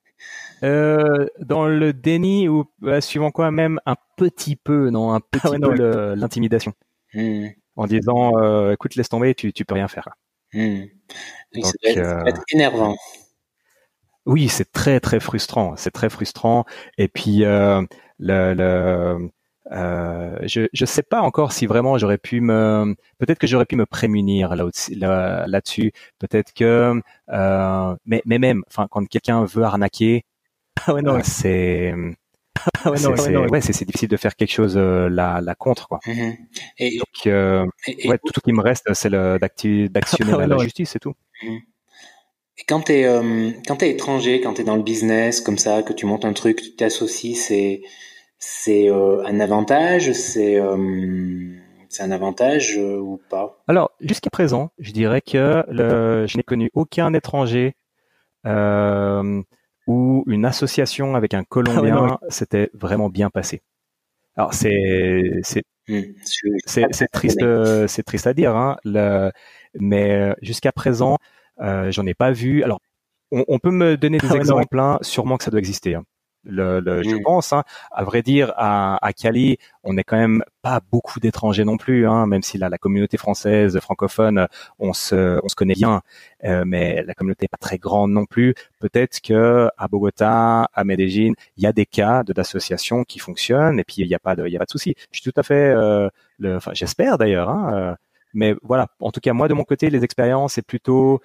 Euh, dans le déni ou euh, suivant quoi même un petit peu non un petit Ah ouais, non, peu ouais. le- l'intimidation Hum, en disant euh, écoute laisse tomber, tu tu peux rien faire. hum. Oui, ça Donc doit être, ça euh, doit être énervant. oui, c'est très très frustrant, c'est très frustrant. Et puis euh, le, le euh, je je sais pas encore si vraiment j'aurais pu me peut-être que j'aurais pu me prémunir là là là-dessus. Peut-être que euh, mais mais même enfin quand quelqu'un veut arnaquer, Ah ouais, non, euh, ouais. c'est Ah ouais, non, c'est ouais. Ah ouais, c'est non, ouais. ouais c'est c'est difficile de faire quelque chose euh, là là contre quoi. Mhm. Et, Donc euh, et, ouais et, tout ce qui me reste c'est le d'acti- d'actionner Ah ouais, la, non, la ouais. justice c'est tout. mhm. Et quand t'es euh, quand t'es étranger, quand t'es dans le business comme ça, que tu montes un truc, tu t'associes, c'est c'est euh, un avantage, c'est euh, c'est un avantage euh, ou pas? Alors jusqu'à présent, je dirais que le, je n'ai connu aucun étranger euh, où une association avec un Ah ouais, non, ouais. Colombien s'était vraiment bien passé. Alors c'est c'est Hmm. Je, je suis c'est pas c'est très triste étonné. euh, c'est triste à dire hein, le, mais euh, jusqu'à présent euh, j'en ai pas vu. Alors on, on peut me donner des Ah ouais, non, ouais. exemples, hein, sûrement que ça doit exister. Hein. Le, le, Mmh. Je pense, hein, à vrai dire, à, à Cali, on n'est quand même pas beaucoup d'étrangers non plus, hein, même si la, la communauté française francophone, on se, on se connaît bien, euh, mais la communauté n'est pas très grande non plus. Peut-être que à Bogota, à Medellín, il y a des cas de d'associations qui fonctionnent et puis il n'y a pas de, il y a pas de souci. Je suis tout à fait, euh, le, enfin, j'espère d'ailleurs, hein, euh, mais voilà. En tout cas, moi de mon côté, les expériences, c'est plutôt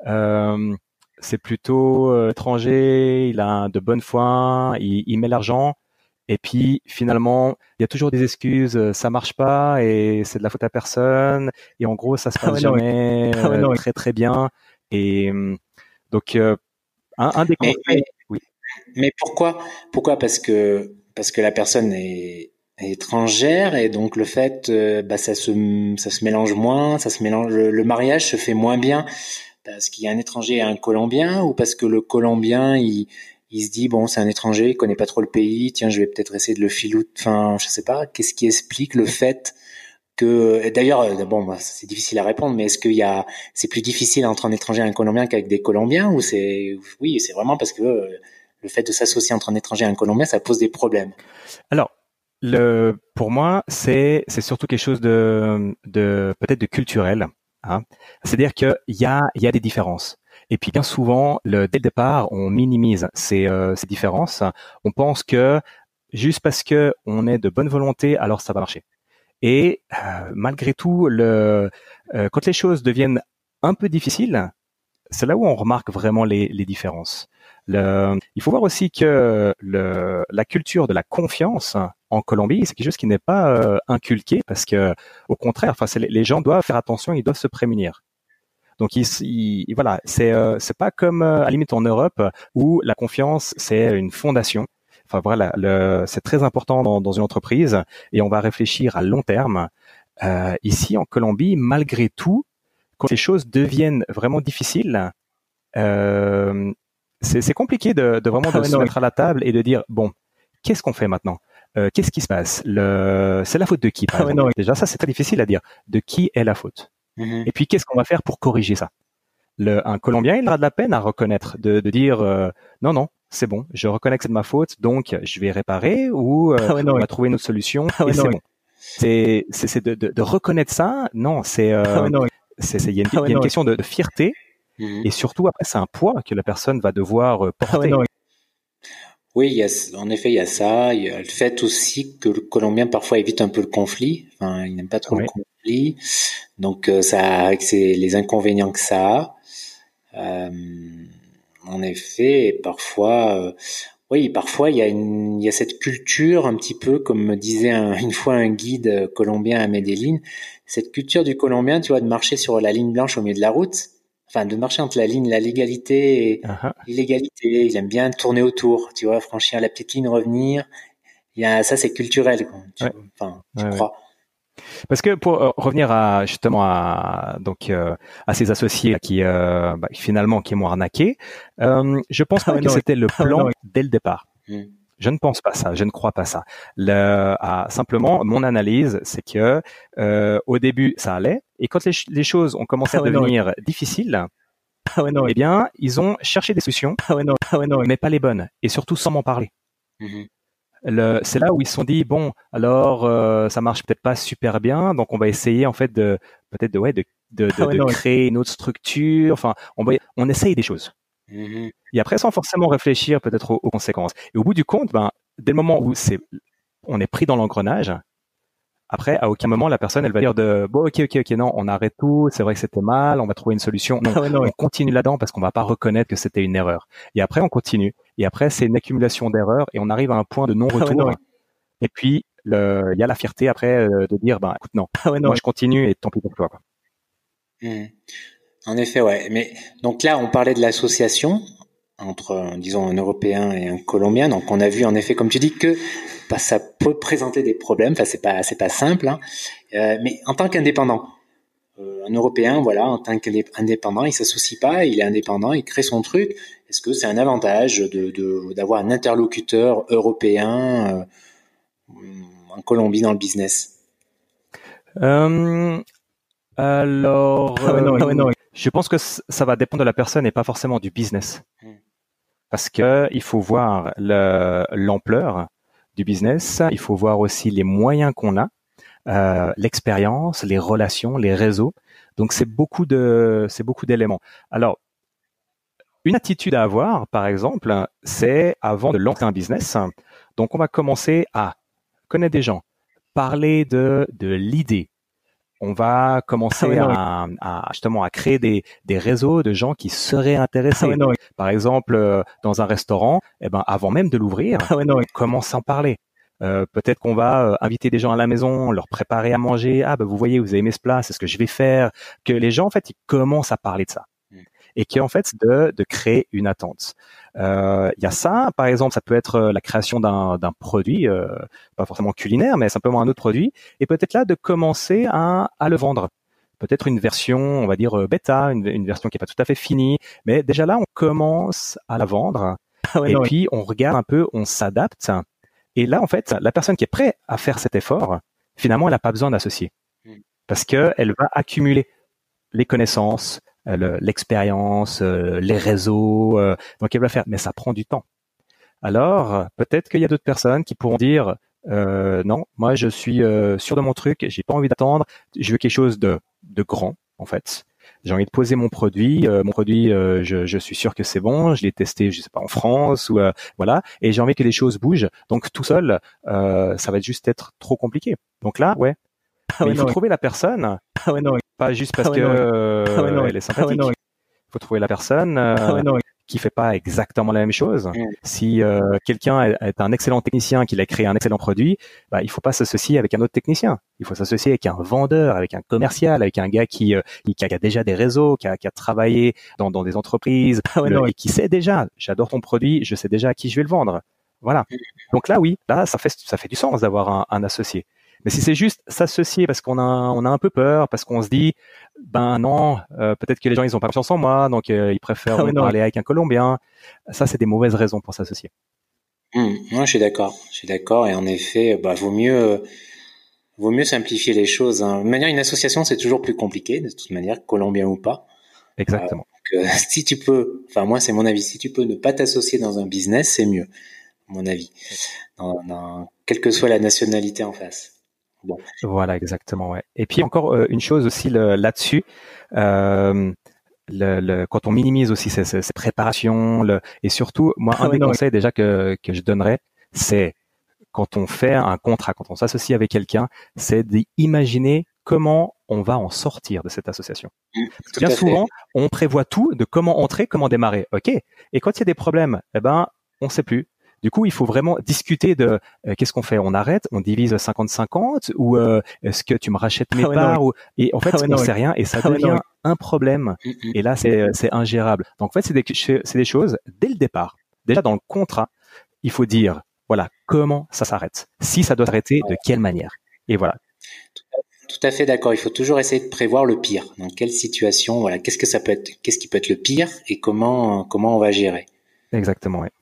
euh, c'est plutôt euh, étranger, il a de bonne foi, il, il met l'argent, et puis finalement, il y a toujours des excuses, euh, ça marche pas, et c'est de la faute à personne, et en gros, ça se passe Ah ouais, non, jamais Ah ouais, euh, non, oui. très très bien, et euh, donc euh, un, un des Mais, mais, conseils, oui. mais pourquoi, pourquoi? Parce que, parce que la personne est, est étrangère et donc le fait, euh, bah, ça se, ça se mélange moins, ça se mélange, le, le mariage se fait moins bien parce qu'il y a un étranger et un Colombien, ou parce que le Colombien, il, il se dit, bon, c'est un étranger, il connaît pas trop le pays, tiens, je vais peut-être essayer de le filouter, enfin, je sais pas, qu'est-ce qui explique le fait que, d'ailleurs, bon, bah, c'est difficile à répondre, mais est-ce qu'il y a, c'est plus difficile entre un étranger et un Colombien qu'avec des Colombiens, ou c'est, oui, c'est vraiment parce que euh, le fait de s'associer entre un étranger et un Colombien, ça pose des problèmes. Alors, le, pour moi, c'est c'est surtout quelque chose de, de peut-être de culturel. Hein. C'est-à-dire qu'il y a, il y a des différences. Et puis bien souvent, le, dès le départ, on minimise ces, euh, ces différences. On pense que juste parce que on est de bonne volonté, alors ça va marcher. Et euh, malgré tout, le, euh, quand les choses deviennent un peu difficiles, c'est là où on remarque vraiment les, les différences. Le, il faut voir aussi que le, la culture de la confiance en Colombie, c'est quelque chose qui n'est pas euh, inculqué, parce que au contraire, enfin, c'est, les gens doivent faire attention, ils doivent se prémunir. Donc, ils, ils, voilà, c'est euh, c'est pas comme euh, à la limite en Europe où la confiance c'est une fondation. Enfin voilà, le, c'est très important dans, dans une entreprise et on va réfléchir à long terme. Euh, ici en Colombie, malgré tout, quand les choses deviennent vraiment difficiles, euh, c'est, c'est compliqué de, de vraiment de Ah ouais, se non, mettre à la table et de dire bon, qu'est-ce qu'on fait maintenant? Euh, qu'est-ce qui se passe? Le, c'est la faute de qui, par Ah ouais, exemple? non, oui. Déjà, ça c'est très difficile à dire. De qui est la faute? Mhm. Et puis qu'est-ce qu'on va faire pour corriger ça? Le, un Colombien, il aura de la peine à reconnaître, de, de dire euh, non, non, c'est bon, je reconnais que c'est de ma faute, donc je vais réparer ou euh, Ah ouais, non, on oui. va trouver une autre solution Ah ouais, et non, c'est oui. bon. C'est, c'est, c'est de, de, de reconnaître ça. Non, c'est, euh, Ah ouais, non, oui. c'est, c'est, il y a une, Ah ouais, il y a une non, oui. question de, de fierté. Mhm. Et surtout, après, c'est un poids que la personne va devoir euh, Ah ouais, porter. non, oui. Oui, il y a, en effet, il y a ça. Il y a le fait aussi que le Colombien parfois évite un peu le conflit. Enfin, il n'aime pas trop Oui. le conflit. Donc, euh, ça, avec ses- les inconvénients que ça a. Euh, en effet, et parfois, euh, oui, parfois il y a une, il y a cette culture un petit peu, comme me disait un- une fois un guide euh, colombien à Medellín, cette culture du Colombien, tu vois, de marcher sur la ligne blanche au milieu de la route, enfin de marcher entre la ligne, la légalité et Uh-huh. l'illégalité. Il aime bien tourner autour, tu vois, franchir la petite ligne, revenir. Il y a ça, c'est culturel, quoi. Tu, Ouais. enfin, tu Ouais, ouais. crois. Parce que pour euh, revenir à justement à donc euh, à ces associés qui euh, bah, finalement qui m'ont arnaqué, euh, je pense Ah pas ouais, que non, oui. c'était le Ah ouais, plan non, oui. dès le départ. Mm. Je ne pense pas ça, je ne crois pas ça. Le, ah, simplement, mon analyse, c'est que euh, au début, ça allait, et quand les, ch- les choses ont commencé Ah à ouais, non, oui. devenir difficiles, Ah ouais, non, eh oui. bien, ils ont cherché des solutions, Ah ouais, non, ah ouais, non, oui. mais pas les bonnes, et surtout sans m'en parler. Mhm. Le, c'est là où ils se sont dit bon, alors euh, ça marche peut-être pas super bien, donc on va essayer en fait de peut-être de ouais de de, de, Ah ouais, de non, oui. créer une autre structure. Enfin, on va, on essaye des choses. Mhm. Et après, sans forcément réfléchir peut-être aux, aux conséquences. Et au bout du compte, ben, dès le moment où c'est, on est pris dans l'engrenage, après, à aucun moment, la personne, elle va dire de, bon, ok, ok, ok, non, on arrête tout, c'est vrai que c'était mal, on va trouver une solution. Non, Ah ouais, non, on oui. continue là-dedans parce qu'on va pas reconnaître que c'était une erreur. Et après, on continue. Et après, c'est une accumulation d'erreurs et on arrive à un point de Ah ouais, non-retour. non, oui. Et puis, le, il y a la fierté après euh, de dire, ben, écoute, non, Ah ouais, non, moi, oui. je continue et tant pis pour toi, quoi. Mhm. En effet, ouais. Mais donc là, on parlait de l'association entre, euh, disons, un Européen et un Colombien. Donc, on a vu en effet, comme tu dis, que bah, ça peut présenter des problèmes. Enfin, c'est pas, c'est pas simple. Hein. Euh, mais en tant qu'indépendant, euh, un Européen, voilà, en tant qu'indépendant, il s'associe pas, il est indépendant, il crée son truc. Est-ce que c'est un avantage de, de d'avoir un interlocuteur européen euh, en Colombie dans le business? Euh, alors, Ah ouais, non, oui. Ah ouais, non, euh, oui. je pense que c- ça va dépendre de la personne et pas forcément du business. Mm. parce que il faut voir le, l'ampleur du business, il faut voir aussi les moyens qu'on a, euh, l'expérience, les relations, les réseaux. Donc c'est beaucoup de, c'est beaucoup d'éléments. Alors, une attitude à avoir, par exemple, c'est avant de lancer un business. Donc on va commencer à connaître des gens, parler de de l'idée. On va commencer ah ouais, à, à justement à créer des, des réseaux de gens qui seraient intéressés. Ah ouais, Par exemple, euh, dans un restaurant, eh ben avant même de l'ouvrir, ah ouais, on commence à en parler. Euh, peut-être qu'on va euh, inviter des gens à la maison, leur préparer à manger. Ah ben vous voyez, vous avez aimé ce plat, c'est ce que je vais faire. Que les gens en fait ils commencent à parler de ça. Et qui est en fait de, de créer une attente. Il euh, y a ça, par exemple, ça peut être la création d'un, d'un produit, euh, pas forcément culinaire, mais simplement un autre produit, et peut-être là de commencer à, à le vendre. Peut-être une version, on va dire bêta, une, une version qui est pas tout à fait finie, mais déjà là on commence à la vendre, ouais, et non, puis oui. on regarde un peu, on s'adapte, et là en fait la personne qui est prête à faire cet effort, finalement elle n'a pas besoin d'associer, parce que elle va accumuler les connaissances, Le, l'expérience, euh, les réseaux, euh, donc elle va faire, mais ça prend du temps. Alors peut-être qu'il y a d'autres personnes qui pourront dire euh, non, moi je suis euh, sûr de mon truc, j'ai pas envie d'attendre, je veux quelque chose de de grand en fait. J'ai envie de poser mon produit, euh, mon produit, euh, je, je suis sûr que c'est bon, je l'ai testé, je sais pas en France ou euh, voilà, et j'ai envie que les choses bougent. Donc tout seul, euh, ça va juste être trop compliqué. Donc là, ouais, ah ouais il faut non, trouver oui. la personne. Ah ouais, non, oui. Pas juste parce ah ouais, que euh, ah ouais, non, elle est sympathique. Ah ouais, non, oui. Il faut trouver la personne euh, ah ouais, non, oui. qui fait pas exactement la même chose. Mmh. Si euh, quelqu'un est un excellent technicien, qu'il a créé un excellent produit, bah il faut pas s'associer avec un autre technicien. Il faut s'associer avec un vendeur, avec un commercial, avec un gars qui euh, qui a déjà des réseaux, qui a, qui a travaillé dans dans des entreprises, ah ouais, le, non, oui. et qui sait déjà. J'adore ton produit, je sais déjà à qui je vais le vendre. Voilà. Donc là, oui, là ça fait ça fait du sens d'avoir un, un associé. Mais si c'est juste s'associer parce qu'on a on a un peu peur, parce qu'on se dit ben non, euh, peut-être que les gens ils ont pas confiance en moi, donc euh, ils préfèrent ah oui, parler avec un Colombien. Ça c'est des mauvaises raisons pour s'associer. Mmh, moi je suis d'accord, je suis d'accord et en effet, bah vaut mieux vaut mieux simplifier les choses. Hein. De manière une association c'est toujours plus compliqué de toute manière, Colombien ou pas. Exactement. Euh, donc, euh, si tu peux, enfin moi c'est mon avis, si tu peux ne pas t'associer dans un business c'est mieux, à mon avis, dans, dans, quelle que soit la nationalité en face. Bon. Voilà, exactement. Ouais. Et puis encore euh, une chose aussi le, là-dessus, euh, le, le, quand on minimise aussi ces, ces, ces préparations, le, et surtout, moi, un ah, des non, conseils oui. déjà que, que je donnerais, c'est quand on fait un contrat, quand on s'associe avec quelqu'un, c'est d'imaginer comment on va en sortir de cette association. Mmh, Bien souvent, on prévoit tout de comment entrer, comment démarrer. Ok. Et quand il y a des problèmes, eh ben, on ne sait plus. Du coup, il faut vraiment discuter de euh, qu'est-ce qu'on fait. On arrête, on divise cinquante cinquante ou euh, est-ce que tu me rachètes mes ah ouais, parts ou... Et en fait, ah ouais, on ne sait rien et ça ah devient ouais, un problème. Mm-hmm. Et là, c'est, c'est ingérable. Donc, en fait, c'est des, c'est des choses, dès le départ, déjà dans le contrat, il faut dire, voilà, comment ça s'arrête. Si ça doit s'arrêter, de quelle manière. Et voilà. Tout à fait d'accord. Il faut toujours essayer de prévoir le pire. Dans quelle situation, voilà, qu'est-ce que ça peut être, qu'est-ce qui peut être le pire et comment, comment on va gérer. Exactement, oui.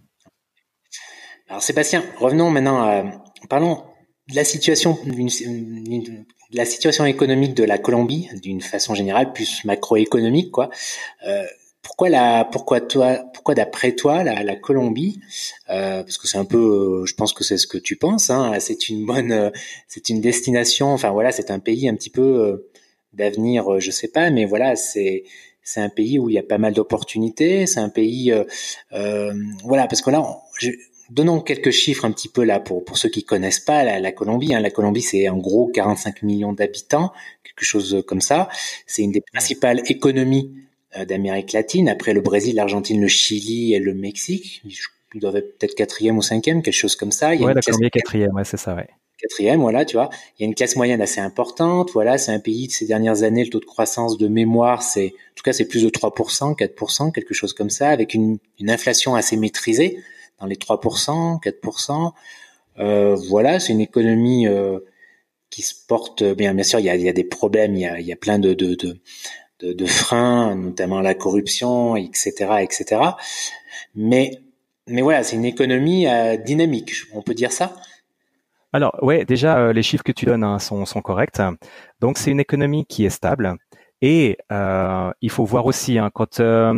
Alors Sébastien, revenons maintenant à, parlons de la situation, d'une, d'une, de la situation économique de la Colombie, d'une façon générale, plus macroéconomique, quoi. Euh, pourquoi la, pourquoi toi, pourquoi d'après toi la, la Colombie, euh, parce que c'est un peu, je pense que c'est ce que tu penses, hein, c'est une bonne, c'est une destination, enfin voilà, c'est un pays un petit peu euh, d'avenir, je sais pas, mais voilà, c'est c'est un pays où il y a pas mal d'opportunités, c'est un pays, euh, euh, voilà, parce que là, on, je, donnons quelques chiffres un petit peu là pour pour ceux qui connaissent pas la, la Colombie. Hein. La Colombie, c'est en gros quarante-cinq millions d'habitants, quelque chose comme ça. C'est une des principales économies euh, d'Amérique latine, après le Brésil, l'Argentine, le Chili et le Mexique. Ils doivent être peut-être quatrième ou cinquième, quelque chose comme ça. Il y a ouais, la Colombie est quatrième, ouais, c'est ça, ouais. Quatrième, voilà, tu vois. Il y a une classe moyenne assez importante. Voilà, c'est un pays de ces dernières années, le taux de croissance de mémoire, c'est, en tout cas, c'est plus de trois pour cent, quatre pour cent, quelque chose comme ça, avec une, une inflation assez maîtrisée. Dans les trois pour cent, quatre pour cent. Euh, voilà, c'est une économie euh, qui se porte bien. Bien sûr, il y a, il y a des problèmes, il y a, il y a plein de, de, de, de, de freins, notamment la corruption, et cetera, et cetera. Mais, mais voilà, c'est une économie euh, dynamique, on peut dire ça. Alors, ouais, déjà, euh, les chiffres que tu donnes hein, sont, sont corrects. Donc, c'est une économie qui est stable. Et euh, il faut voir aussi, hein, quand... Euh,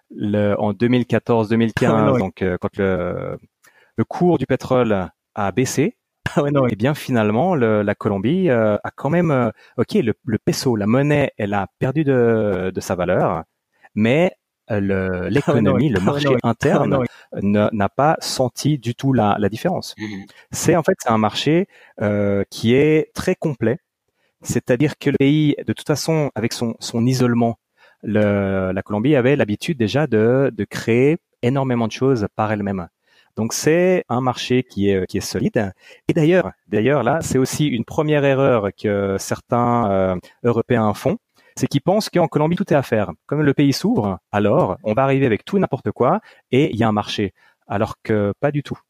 le, en deux mille quatorze deux mille quinze, ah ouais, non, donc euh, quand le, le cours du pétrole a baissé, ah ouais, non, et bien finalement le, la Colombie euh, a quand même, euh, ok, le, le peso, la monnaie, elle a perdu de, de sa valeur, mais le, l'économie, ah ouais, non, le marché ah ouais, interne ah ouais, ne, n'a pas senti du tout la, la différence. Mmh. C'est en fait c'est un marché euh, qui est très complet, c'est-à-dire que le pays, de toute façon, avec son, son isolement, le, la Colombie avait l'habitude déjà de, de créer énormément de choses par elle-même. Donc c'est un marché qui est qui est solide. Et d'ailleurs, d'ailleurs là, c'est aussi une première erreur que certains euh, Européens font, c'est qu'ils pensent qu'en Colombie tout est à faire. Comme le pays s'ouvre, alors on va arriver avec tout et n'importe quoi et il y a un marché. Alors que pas du tout.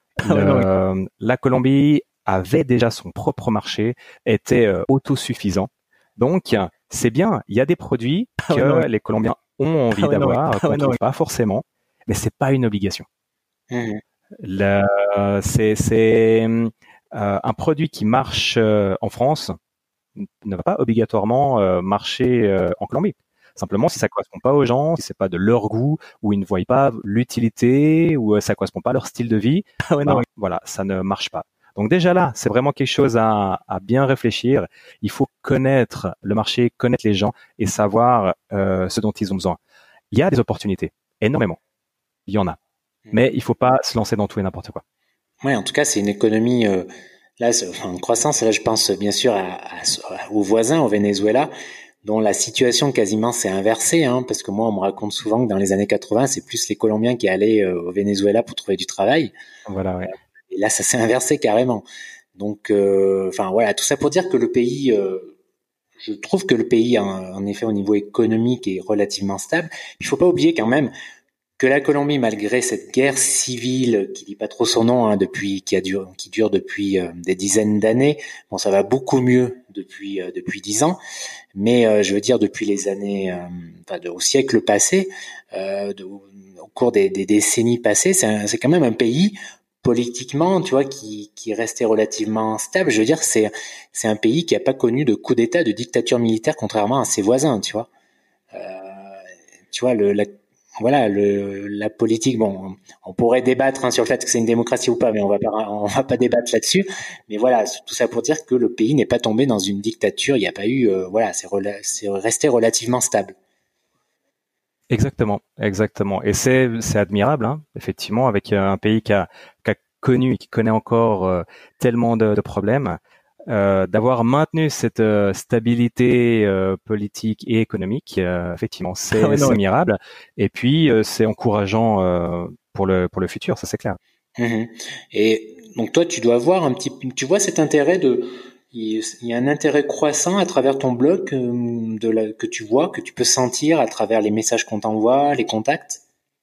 Le, la Colombie avait déjà son propre marché, était euh, autosuffisant. Donc c'est bien. Il y a des produits que ah ouais, les Colombiens ont envie ah ouais, d'avoir, non, qu'on ne trouve non, pas forcément, mais c'est pas une obligation. Mmh. Le, c'est c'est euh, un produit qui marche euh, en France ne va pas obligatoirement euh, marcher euh, en Colombie. Simplement, si ça correspond pas aux gens, si c'est pas de leur goût, ou ils ne voient pas l'utilité, ou euh, ça correspond pas à leur style de vie, ah ouais, non, ben, oui. Voilà, ça ne marche pas. Donc déjà là, c'est vraiment quelque chose à, à bien réfléchir. Il faut connaître le marché, connaître les gens et savoir euh, ce dont ils ont besoin. Il y a des opportunités, énormément. Il y en a. Mais il faut pas se lancer dans tout et n'importe quoi. Ouais, en tout cas, c'est une économie euh, là, enfin, en croissance. Là, je pense bien sûr à, à, aux voisins, au Venezuela, dont la situation quasiment s'est inversée. Hein, parce que moi, on me raconte souvent que dans les années quatre-vingts, c'est plus les Colombiens qui allaient euh, au Venezuela pour trouver du travail. Voilà. Ouais. Et là, ça s'est inversé carrément. Donc, euh, enfin voilà, tout ça pour dire que le pays, euh, je trouve que le pays, en, en effet, au niveau économique, est relativement stable. Il faut pas oublier quand même que la Colombie, malgré cette guerre civile qui dit pas trop son nom, hein, depuis qui a dure, qui dure depuis euh, des dizaines d'années, bon, ça va beaucoup mieux depuis euh, depuis dix ans, mais euh, je veux dire depuis les années, euh, enfin, de, au siècle passé, euh, de, au cours des, des décennies passées, c'est, un, c'est quand même un pays politiquement, tu vois, qui qui restait relativement stable. Je veux dire, c'est c'est un pays qui a pas connu de coup d'État, de dictature militaire, contrairement à ses voisins, tu vois. Euh, tu vois le la Voilà, le, la politique, bon, on pourrait débattre hein, sur le fait que c'est une démocratie ou pas, mais on va pas, on va pas débattre là-dessus. Mais voilà, tout ça pour dire que le pays n'est pas tombé dans une dictature. Il n'y a pas eu, euh, voilà, c'est, rela- c'est resté relativement stable. Exactement, exactement. Et c'est, c'est admirable, hein, effectivement, avec un pays qui a, qui a connu et qui connaît encore euh, tellement de, de problèmes. Euh, d'avoir maintenu cette euh, stabilité euh, politique et économique, euh, effectivement, c'est, ah ouais, c'est admirable. Et puis, euh, c'est encourageant euh, pour le pour le futur, ça c'est clair. Mmh. Et donc toi, tu dois voir un petit, tu vois cet intérêt de, il y a un intérêt croissant à travers ton blog euh, de la, que tu vois, que tu peux sentir à travers les messages qu'on t'envoie, les contacts.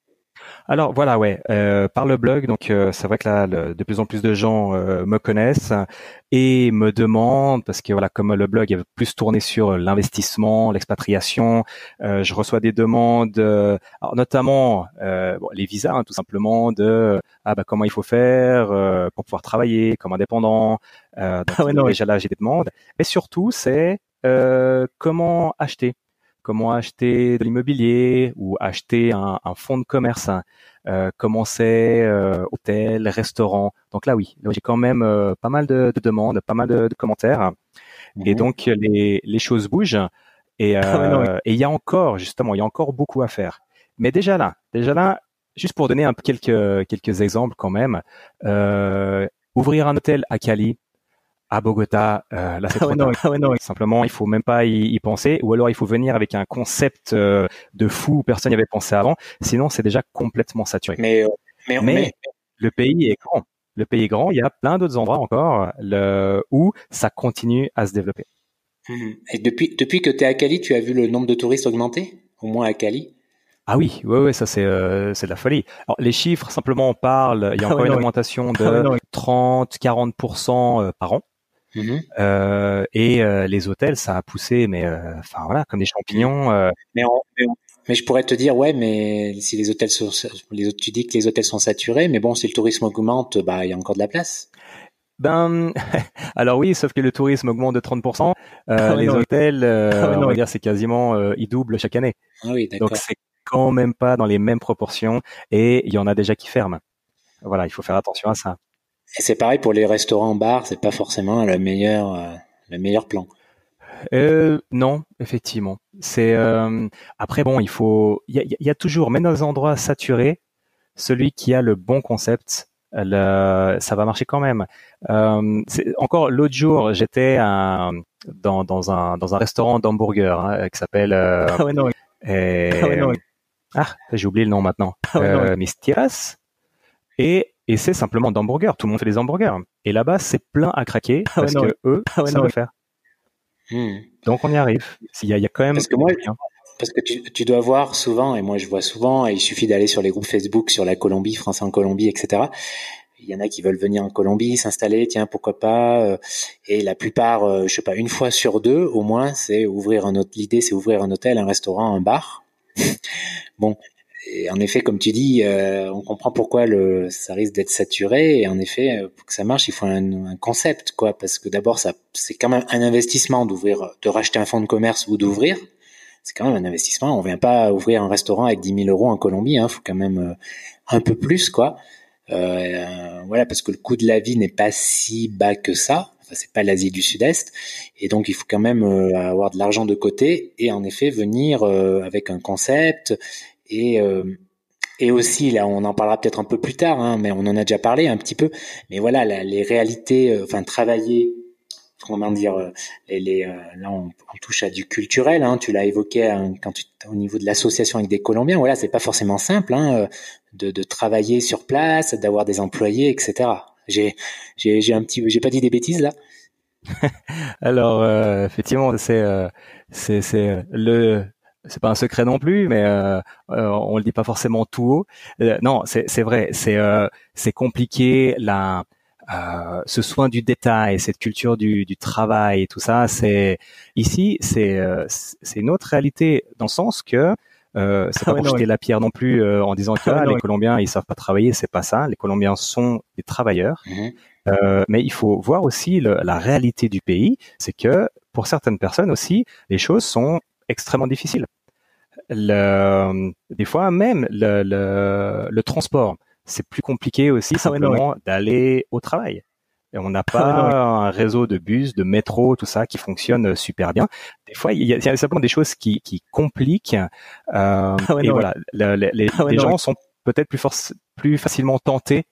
Alors voilà, ouais, euh, par le blog, donc euh, c'est vrai que là, le, de plus en plus de gens euh, me connaissent et me demandent, parce que voilà, comme le blog est plus tourné sur l'investissement, l'expatriation, euh, je reçois des demandes, euh, alors notamment euh, bon, les visas, hein, tout simplement, de ah bah comment il faut faire euh, pour pouvoir travailler comme indépendant. Euh, donc ah ouais, non, déjà là, j'ai des demandes, mais surtout c'est euh, comment acheter. Comment acheter de l'immobilier ou acheter un, un fonds de commerce, hein, euh, comment c'est euh, hôtel, restaurant. Donc là, oui, donc j'ai quand même euh, pas mal de, de demandes, pas mal de, de commentaires. Mmh. Et donc les, les choses bougent. Et euh, ah ouais, et il y a encore, justement, il y a encore beaucoup à faire. Mais déjà là, déjà là, juste pour donner un, quelques quelques exemples quand même, euh, ouvrir un hôtel à Cali. À Bogota, euh, là c'est ah trop ouais, tard. Non, ah ouais, non, simplement, il faut même pas y, y penser, ou alors il faut venir avec un concept euh, de fou où personne n'y avait pensé avant. Sinon, c'est déjà complètement saturé. Mais, euh, mais, mais, mais le pays est grand. Le pays est grand. Il y a plein d'autres endroits encore le, où ça continue à se développer. Et depuis depuis que tu es à Cali, tu as vu le nombre de touristes augmenter, au moins à Cali? Ah oui, ouais, ouais, ça c'est euh, c'est de la folie. Alors les chiffres, simplement, on parle. Il y a encore ah ouais, une non, augmentation de ah ouais, trente à quarante pour cent par an. Mmh. Euh, et euh, les hôtels, ça a poussé, mais enfin euh, voilà, comme des champignons. Euh... Mais, on, mais, on, mais je pourrais te dire, ouais, mais si les hôtels sont, les, tu dis que les hôtels sont saturés, mais bon, si le tourisme augmente, bah il y a encore de la place. Ben, alors oui, sauf que le tourisme augmente de trente pour cent. Euh, ah ouais, les non, hôtels, euh, ah ouais, non, on va dire, c'est quasiment, euh, ils doublent chaque année. Ah oui, d'accord. Donc c'est quand même pas dans les mêmes proportions et il y en a déjà qui ferment. Voilà, il faut faire attention à ça. Et c'est pareil pour les restaurants, bars, c'est pas forcément le meilleur, euh, le meilleur plan. Euh, non, effectivement. C'est euh, après bon, il faut, il y a, il y a toujours, même dans les endroits saturés, celui qui a le bon concept, le, ça va marcher quand même. Euh, c'est, encore l'autre jour, j'étais à, dans, dans un dans un restaurant d'hamburger hein, qui s'appelle euh, Ah ouais, non. et, Ah ouais, non. ah, j'ai oublié le nom maintenant. Ah ouais, euh, Mistiras. Et et c'est simplement d'hamburgers. Tout le monde fait des hamburgers. Et là-bas, c'est plein à craquer Ah ouais, parce non. que eux, Ah ouais, ça non. veut faire. Hmm. Donc on y arrive. Il y a, il y a quand même. Parce que moi, parce que tu, tu dois voir souvent, et moi je vois souvent, et il suffit d'aller sur les groupes Facebook sur la Colombie, Français en Colombie, et cetera. Il y en a qui veulent venir en Colombie, s'installer, tiens, pourquoi pas. Et la plupart, euh, je sais pas, une fois sur deux, au moins, c'est ouvrir un hôtel. L'idée, c'est ouvrir un hôtel, un restaurant, un bar. Bon. Et en effet, comme tu dis, euh, on comprend pourquoi le, ça risque d'être saturé. Et en effet, pour que ça marche, il faut un, un concept, quoi. Parce que d'abord, ça, c'est quand même un investissement d'ouvrir, de racheter un fonds de commerce ou d'ouvrir. C'est quand même un investissement. On vient pas ouvrir un restaurant avec dix mille euros en Colombie. Hein. Faut quand même euh, un peu plus, quoi. Euh, voilà, parce que le coût de la vie n'est pas si bas que ça. Enfin, c'est pas l'Asie du Sud-Est. Et donc, il faut quand même euh, avoir de l'argent de côté et en effet venir euh, avec un concept. Et, euh, et aussi, là, on en parlera peut-être un peu plus tard, hein, mais on en a déjà parlé un petit peu. Mais voilà, la, les réalités, euh, enfin, travailler, comment dire, euh, les, les, euh, là, on, on touche à du culturel. Hein, tu l'as évoqué hein, quand tu, au niveau de l'association avec des Colombiens. Voilà, c'est pas forcément simple hein, de, de travailler sur place, d'avoir des employés, et cetera. J'ai, j'ai, j'ai un petit, j'ai pas dit des bêtises là. Alors, euh, effectivement, c'est, euh, c'est, c'est le c'est pas un secret non plus, mais euh, euh, on le dit pas forcément tout haut. Euh, non, c'est c'est vrai, c'est euh, c'est compliqué. La euh, ce soin du détail, cette culture du du travail et tout ça, c'est ici, c'est euh, c'est une autre réalité dans le sens que euh, c'est pas Ah ouais, pour non, jeter oui. la pierre non plus euh, en disant que Ah ouais, ah, non, les oui. Colombiens ils savent pas travailler, c'est pas ça. Les Colombiens sont des travailleurs. Mmh. Euh, mais il faut voir aussi le, la réalité du pays, c'est que pour certaines personnes aussi, les choses sont extrêmement difficiles. Le, des fois même le, le, le transport, c'est plus compliqué aussi Ah ouais, non, simplement d'aller au travail. Et on n'a pas Ah ouais, non, oui. un réseau de bus, de métro, tout ça qui fonctionne super bien. Des fois, il y a, il y a simplement des choses qui, qui compliquent. Euh, Ah ouais, et non, oui. voilà, le- le- les, Ah ouais, les non, gens oui. sont peut-être plus, force, plus facilement tentés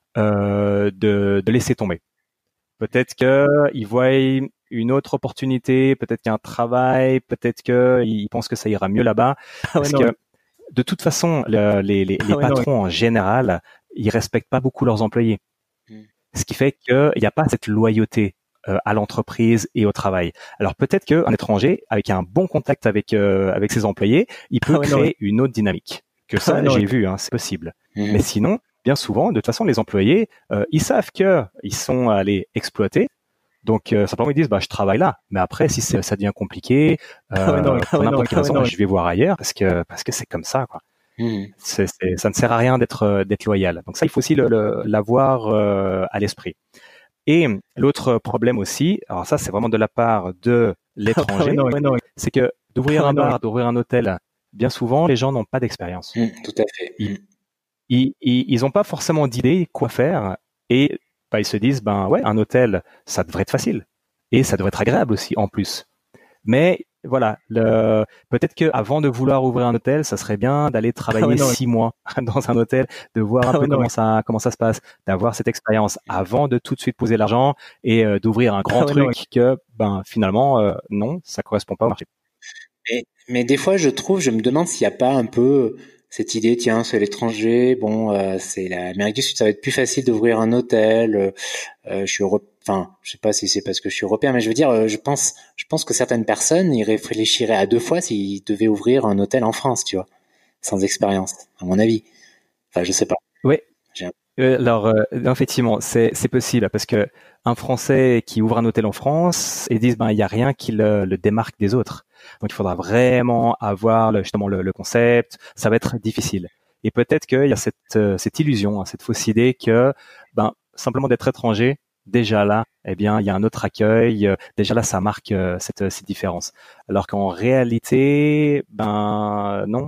euh, de, de laisser tomber. Peut-être qu'ils voient une autre opportunité, peut-être qu'il y a un travail, peut-être qu'ils pensent que ça ira mieux là-bas. Ah ouais, Parce non, que oui. de toute façon, le- les, les, les Ah ouais, non, oui. patrons en général, ils respectent pas beaucoup leurs employés. Mm. Ce qui fait qu'il n'y a pas cette loyauté euh, à l'entreprise et au travail. Alors peut-être qu'un étranger, avec un bon contact avec euh, avec ses employés, il peut Ah ouais, non, créer oui. une autre dynamique. Que ça, Ah ouais, non, j'ai oui. vu, hein, c'est possible. Mmh. Mais sinon, bien souvent, de toute façon, les employés, euh, ils savent que ils sont allés exploiter. Donc euh, simplement ils disent bah je travaille là, mais après si c'est, ça devient compliqué euh, Ah ouais, non, oui. Ah pour ouais, non, n'importe oui. quelle Ah ouais, raison, non, oui. je vais voir ailleurs parce que parce que c'est comme ça quoi. Mmh. C'est, c'est, ça ne sert à rien d'être euh, d'être loyal. Donc ça il faut aussi le, le, l'avoir euh, à l'esprit. Et l'autre problème aussi, alors ça c'est vraiment de la part de Ah l'étranger, ouais, non, oui. Ah ouais, non, oui. c'est que d'ouvrir Ah ouais, un non, oui. bar, d'ouvrir un hôtel, bien souvent les gens n'ont pas d'expérience. Mmh, tout à fait. Ils Mmh. ils ils, ils ont pas forcément d'idée quoi faire et bah, ils se disent ben ouais un hôtel ça devrait être facile et ça devrait être agréable aussi en plus. Mais voilà, le, peut-être que avant de vouloir ouvrir un hôtel, ça serait bien d'aller travailler Ah ouais, non, oui. six mois dans un hôtel, de voir un Ah peu ouais, non, comment oui. ça comment ça se passe, d'avoir cette expérience avant de tout de suite poser l'argent et euh, d'ouvrir un grand Ah ouais, non, truc que ben finalement euh, non, ça correspond pas au marché. Mais, mais des fois, je trouve, je me demande s'il n'y a pas un peu cette idée, tiens, c'est l'étranger, bon, euh, c'est l'Amérique du Sud, ça va être plus facile d'ouvrir un hôtel. Euh, euh, je suis Euro... enfin, je sais pas si c'est parce que je suis européen, mais je veux dire, euh, je pense, je pense que certaines personnes y réfléchiraient à deux fois s'ils devaient ouvrir un hôtel en France, tu vois, sans expérience, à mon avis. Enfin, je sais pas. Oui. J'ai un- Euh, alors, euh, effectivement, c'est, c'est possible parce que un Français qui ouvre un hôtel en France et disent ben il y a rien qui le, le démarque des autres. Donc il faudra vraiment avoir le, justement le, le concept. Ça va être difficile. Et peut-être qu'il y a cette euh, cette illusion, hein, cette fausse idée que ben simplement d'être étranger, déjà là, eh bien il y a un autre accueil. euh, Déjà là, ça marque euh, cette cette différence. Alors qu'en réalité, ben non.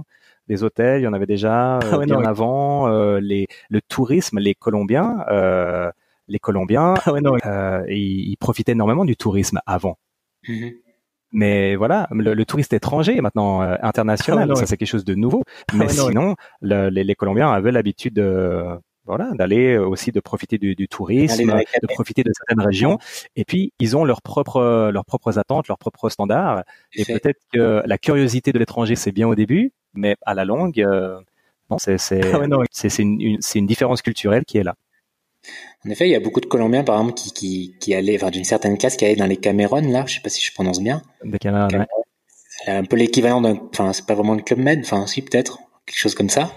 les hôtels, il y en avait déjà euh, ah ouais, bien non, avant. Euh, les, le tourisme, les Colombiens, euh, les Colombiens, ah ouais, non, euh, ils, ils profitaient énormément du tourisme avant. Mm-hmm. Mais voilà, le, le touriste étranger maintenant euh, international, ah ouais, ça c'est quelque chose de nouveau. Mais ah ouais, sinon, le, les, les Colombiens avaient l'habitude de voilà d'aller aussi de profiter du, du tourisme, de profiter de certaines régions. Et puis ils ont leurs propres leurs propres attentes, leurs propres standards. Et fait. Peut-être que la curiosité de l'étranger c'est bien au début, mais à la longue, euh, bon, c'est c'est ah ouais, non, c'est, c'est une, une c'est une différence culturelle qui est là. En effet, il y a beaucoup de Colombiens, par exemple, qui, qui, qui allaient, enfin, d'une certaine classe, qui allaient dans les Cameroun, là, je sais pas si je prononce bien. Des Cameroun, ouais. C'est un peu l'équivalent d'un, enfin, c'est pas vraiment le Club Med, enfin, si, peut-être, quelque chose comme ça,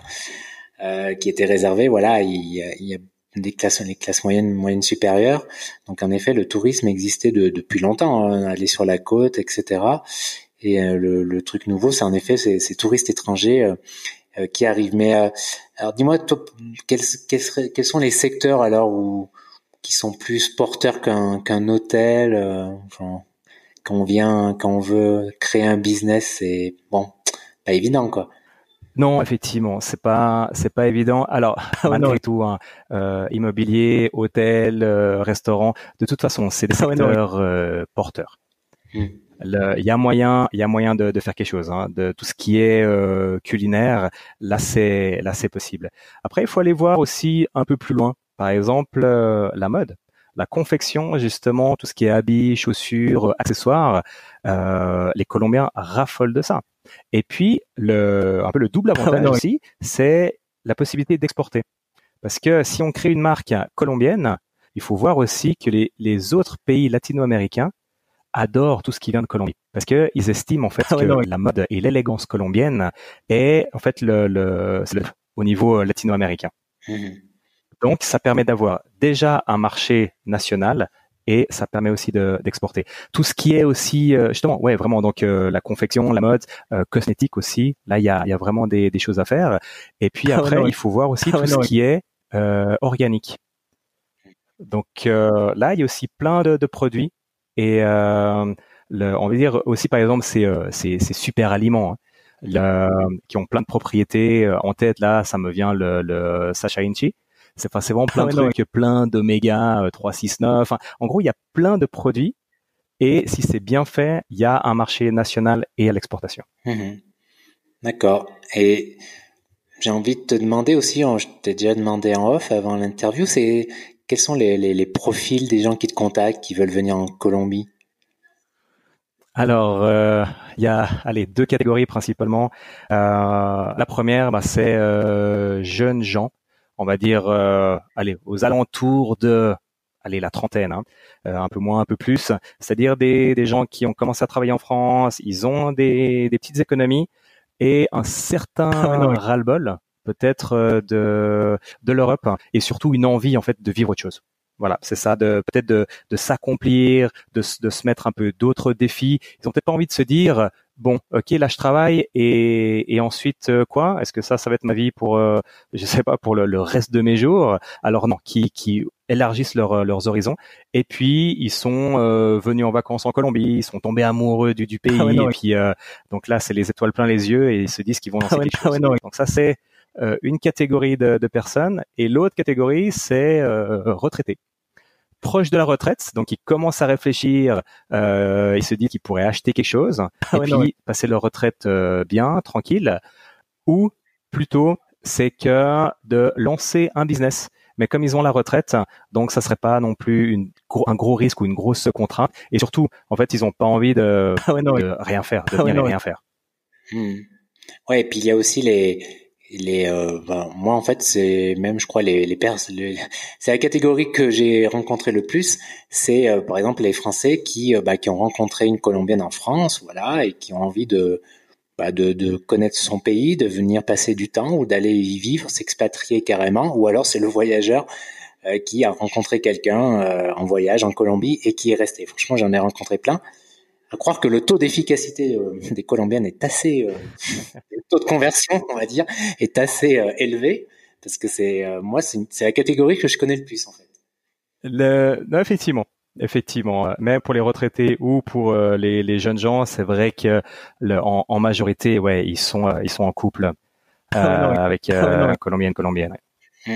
euh, qui était réservé, voilà, il y a, il y a des classes, les classes moyennes, moyennes supérieures. Donc, en effet, le tourisme existait de, depuis longtemps, hein, aller sur la côte, et cetera. Et euh, le, le truc nouveau, c'est en effet ces, ces touristes étrangers euh, euh, qui arrivent. Mais euh, alors, dis-moi, toi, quels, quels, seraient, quels sont les secteurs alors où qui sont plus porteurs qu'un qu'un hôtel euh, enfin, quand on vient, quand on veut créer un business, c'est bon, pas évident quoi. Non, effectivement, c'est pas c'est pas évident. Alors malgré tout, hein, euh, immobilier, hôtel, euh, restaurant, de toute façon, c'est des secteurs euh, porteurs. Hmm. Il y a moyen, il y a moyen de, de faire quelque chose. Hein, de tout ce qui est euh, culinaire, là c'est là c'est possible. Après, il faut aller voir aussi un peu plus loin. Par exemple, euh, la mode, la confection, justement, tout ce qui est habits, chaussures, accessoires. Euh, les Colombiens raffolent de ça. Et puis, le, un peu le double avantage ah ouais, aussi, c'est la possibilité d'exporter. Parce que si on crée une marque colombienne, il faut voir aussi que les, les autres pays latino-américains adorent tout ce qui vient de Colombie. Parce que ils estiment en fait ah ouais, que non, la mode et l'élégance colombienne est en fait le, le, c'est le au niveau latino-américain. Mmh. Donc, ça permet d'avoir déjà un marché national et ça permet aussi de, d'exporter. Tout ce qui est aussi, euh, justement, ouais, vraiment, donc euh, la confection, la mode, euh, cosmétique aussi. Là, il y a, il y a vraiment des, des choses à faire. Et puis après, ah ouais, il faut voir aussi ah tout ouais, ce ouais. qui est euh, organique. Donc euh, là, il y a aussi plein de, de produits et euh, le, on va dire aussi, par exemple, c'est euh, c'est, c'est super aliments. Hein. Le, qui ont plein de propriétés. En tête, là, ça me vient le, le Sacha Inchi. C'est, enfin, c'est vraiment plein ah ouais, de trucs, non. plein d'oméga euh, trois six neuf. Enfin, en gros, il y a plein de produits. Et si c'est bien fait, il y a un marché national et à l'exportation. Mmh. D'accord. Et j'ai envie de te demander aussi, je t'ai déjà demandé en off avant l'interview, c'est quels sont les, les, les profils des gens qui te contactent, qui veulent venir en Colombie? Alors, il euh, y a allez, deux catégories principalement. Euh, la première, bah, c'est euh, jeunes gens, on va dire, euh, allez, aux alentours de, allez, la trentaine, hein, euh, un peu moins, un peu plus. C'est-à-dire des, des gens qui ont commencé à travailler en France, ils ont des, des petites économies et un certain ras-le-bol, peut-être de de l'Europe et surtout une envie en fait de vivre autre chose. Voilà, c'est ça, de peut-être de, de s'accomplir, de, de se mettre un peu d'autres défis. Ils ont peut-être pas envie de se dire bon, ok, là je travaille et, et ensuite euh, quoi? Est-ce que ça, ça va être ma vie pour, euh, je sais pas, pour le, le reste de mes jours? Alors non, qui, qui élargissent leur, leurs horizons. Et puis ils sont euh, venus en vacances en Colombie, ils sont tombés amoureux du, du pays. Ah ouais, non, et puis euh, donc là, c'est les étoiles plein les yeux et ils se disent qu'ils vont lancer ah ouais, quelque chose. Ah ouais, non, donc ça c'est euh, une catégorie de, de personnes et l'autre catégorie c'est euh, retraités. Proche de la retraite, donc ils commencent à réfléchir, euh, ils se disent qu'ils pourraient acheter quelque chose ah et ouais, puis non, passer leur retraite euh, bien, tranquille, ou plutôt c'est que de lancer un business. Mais comme ils ont la retraite, donc ça serait pas non plus une, un gros risque ou une grosse contrainte. Et surtout, en fait, ils ont pas envie de, ah ouais, non, de rien faire, de ah venir ouais, et rien faire. Mmh. Ouais, et puis il y a aussi les les euh, ben, moi en fait c'est même je crois les les pers les, c'est la catégorie que j'ai rencontré le plus, c'est euh, par exemple les Français qui euh, bah, qui ont rencontré une Colombienne en France, voilà, et qui ont envie de bah, de de connaître son pays, de venir passer du temps ou d'aller y vivre, s'expatrier carrément, ou alors c'est le voyageur euh, qui a rencontré quelqu'un euh, en voyage en Colombie et qui est resté. Franchement, j'en ai rencontré plein. À croire que le taux d'efficacité euh, des Colombiennes est assez, euh, le taux de conversion, on va dire, est assez euh, élevé, parce que c'est, euh, moi, c'est, une, c'est la catégorie que je connais le plus, en fait. Le, non, effectivement, effectivement. Mais pour les retraités ou pour euh, les, les jeunes gens, c'est vrai que le, en, en majorité, ouais, ils sont, euh, ils sont en couple. euh, ah ouais, avec euh, ah ouais, colombienne, colombienne. Ouais. Mmh.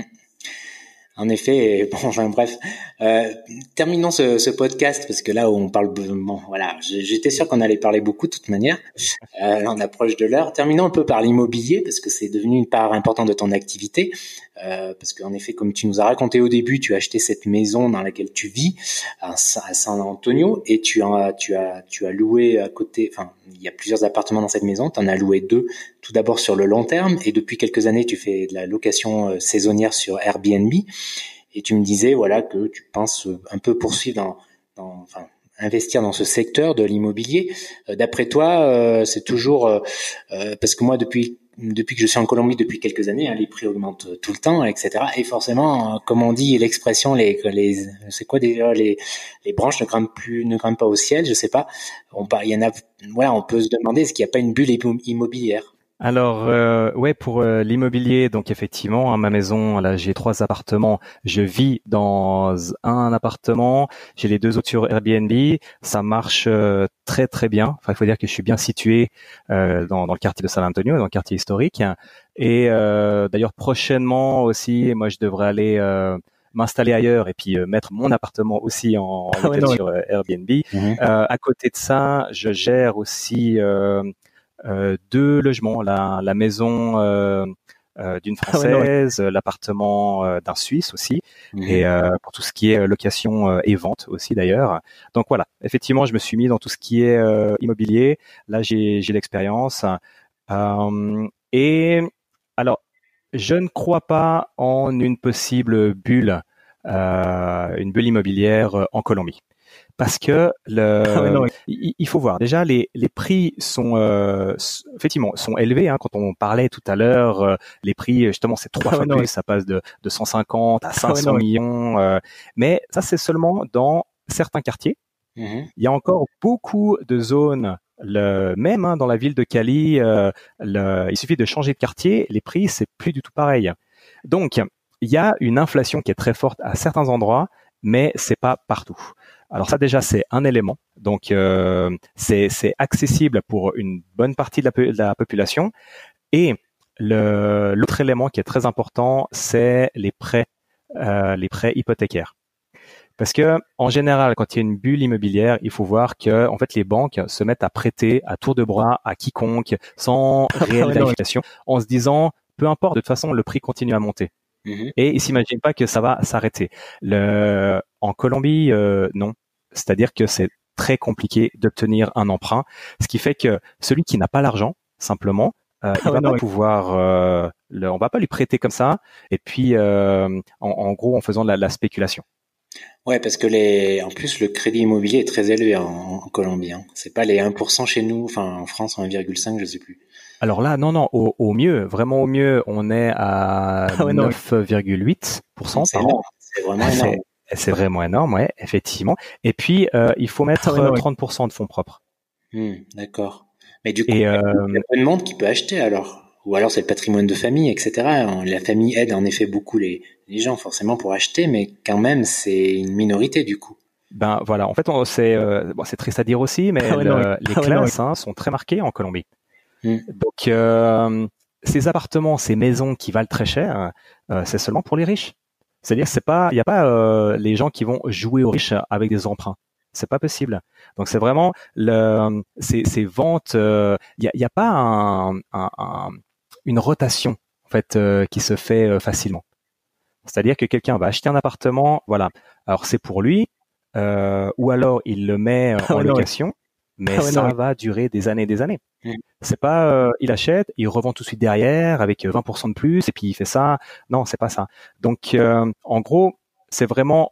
En effet, bon, enfin bref, euh, terminons ce, ce podcast parce que là où on parle, bon, voilà, j'étais sûr qu'on allait parler beaucoup de toute manière. Euh, on approche de l'heure. Terminons un peu par l'immobilier parce que c'est devenu une part importante de ton activité. Euh, parce qu'en effet, comme tu nous as raconté au début, tu as acheté cette maison dans laquelle tu vis à, à San Antonio et tu as, tu as, tu as loué à côté. Enfin, il y a plusieurs appartements dans cette maison. Tu en as loué deux. Tout d'abord sur le long terme et depuis quelques années, tu fais de la location saisonnière sur Airbnb. Et tu me disais, voilà, que tu penses un peu poursuivre dans, dans enfin, investir dans ce secteur de l'immobilier. Euh, d'après toi, euh, c'est toujours euh, euh, parce que moi, depuis depuis que je suis en Colombie depuis quelques années, hein, les prix augmentent tout le temps, et cetera. Et forcément, euh, comme on dit l'expression, les les c'est quoi déjà les les branches ne grimpent plus, ne grimpent pas au ciel, je sais pas. On il y en a, voilà, on peut se demander est-ce qu'il n'y a pas une bulle immobilière. Alors euh, ouais, pour euh, l'immobilier, donc effectivement, hein, ma maison, là j'ai trois appartements, je vis dans un appartement, j'ai les deux autres sur Airbnb, ça marche euh, très très bien. Enfin, il faut dire que je suis bien situé euh, dans, dans le quartier de San Antonio, dans le quartier historique, et euh, d'ailleurs prochainement aussi, moi je devrais aller euh, m'installer ailleurs et puis euh, mettre mon appartement aussi en, en ah ouais, sur euh, Airbnb. Mmh. Euh, à côté de ça, je gère aussi euh, Euh, deux logements, la, la maison euh, euh, d'une Française, ah ouais, l'appartement euh, d'un Suisse aussi, mmh. et euh, pour tout ce qui est location euh, et vente aussi d'ailleurs. Donc voilà, effectivement, je me suis mis dans tout ce qui est euh, immobilier. Là, j'ai, j'ai l'expérience. Euh, et alors, je ne crois pas en une possible bulle, euh, une bulle immobilière en Colombie. Parce que le, ah ouais, non, oui. il, il faut voir. Déjà, les, les prix sont euh, effectivement sont élevés. Hein, quand on parlait tout à l'heure, euh, les prix justement c'est trois ah fois ouais, plus. Non, ça passe de, de cent cinquante à cinq cents ah ouais, non, millions. Euh, mais ça, c'est seulement dans certains quartiers. Mmh. Il y a encore beaucoup de zones. Le même hein, dans la ville de Cali, euh, le, il suffit de changer de quartier, les prix c'est plus du tout pareil. Donc, il y a une inflation qui est très forte à certains endroits, mais c'est pas partout. Alors ça déjà c'est un élément, donc euh, c'est, c'est accessible pour une bonne partie de la, de la population. Et le, l'autre élément qui est très important, c'est les prêts, euh, les prêts hypothécaires. Parce que en général, quand il y a une bulle immobilière, il faut voir que en fait les banques se mettent à prêter à tour de bras à quiconque sans réelle vérification, en se disant peu importe, de toute façon le prix continue à monter. Et ils s'imaginent pas que ça va s'arrêter. Le, en Colombie, euh, non. C'est-à-dire que c'est très compliqué d'obtenir un emprunt, ce qui fait que celui qui n'a pas l'argent, simplement, euh, il ah va non, pas oui. pouvoir, euh, le, on va pas lui prêter comme ça. Et puis, euh, en, en gros, en faisant de la, la spéculation. Ouais, parce que les, en plus, le crédit immobilier est très élevé en, en Colombie. Hein. C'est pas les un pour cent chez nous, enfin en France, en un virgule cinq, je sais plus. Alors là, non, non, au, au mieux, vraiment au mieux, on est à ah ouais, neuf virgule huit pour cent par an. C'est vraiment énorme. C'est, c'est vraiment énorme, ouais, effectivement. Et puis, euh, il faut mettre ah ouais, trente pour cent de fonds propres. Mmh, d'accord. Mais du coup, il y a euh, peu de monde qui peut acheter alors. Ou alors c'est le patrimoine de famille, et cetera. La famille aide en effet beaucoup les, les gens forcément pour acheter, mais quand même c'est une minorité du coup. Ben voilà, en fait on, c'est, euh, bon, c'est triste à dire aussi, mais ah ouais, le, non, les ah classes ouais, non, hein, sont très marquées en Colombie. Mmh. Donc euh, ces appartements, ces maisons qui valent très cher, euh, c'est seulement pour les riches. C'est-à-dire c'est pas, il y a pas euh, les gens qui vont jouer aux riches avec des emprunts. C'est pas possible. Donc c'est vraiment le, ces, ces ventes. Il euh, y, a, y a pas un, un, un, une rotation en fait euh, qui se fait euh, facilement. C'est-à-dire que quelqu'un va acheter un appartement, voilà. Alors c'est pour lui, euh, ou alors il le met en ah ouais, location. Ouais. Mais ah ouais, ça non. va durer des années et des années. Mmh. C'est pas, euh, il achète, il revend tout de suite derrière avec vingt pour cent de plus et puis il fait ça. Non, c'est pas ça. Donc, euh, en gros, c'est vraiment,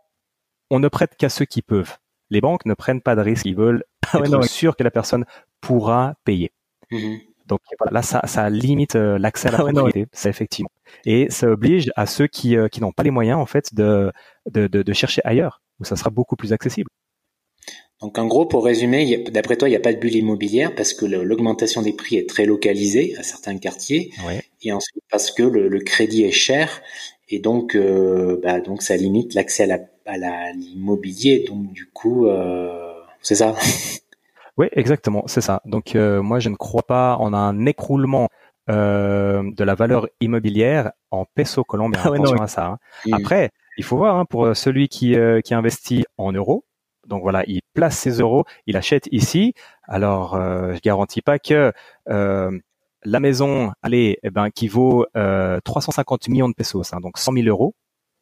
on ne prête qu'à ceux qui peuvent. Les banques ne prennent pas de risques. Ils veulent ah être ouais, non, sûrs que la personne pourra payer. Mmh. Donc voilà, là, ça, ça limite euh, l'accès à la ah propriété. Ouais, non. C'est effectivement. Et ça oblige à ceux qui, euh, qui n'ont pas les moyens en fait de, de, de, de chercher ailleurs où ça sera beaucoup plus accessible. Donc en gros, pour résumer, d'après toi, il n'y a pas de bulle immobilière parce que l'augmentation des prix est très localisée à certains quartiers, ouais. Et ensuite parce que le, le crédit est cher et donc, euh, bah, donc ça limite l'accès à la, à la, l'immobilier. Donc du coup, euh, c'est ça. Oui, exactement, c'est ça. Donc euh, moi, je ne crois pas en un écroulement euh, de la valeur immobilière en pesos colombiens. Ah ouais, attention non, à ça. Hein. Mmh. Après, il faut voir, hein, pour celui qui, euh, qui investit en euros, donc voilà, il place ses euros, il achète ici. Alors, euh, je garantis pas que euh, la maison, allez, eh ben, qui vaut euh, trois cent cinquante millions de pesos, hein, donc cent mille euros.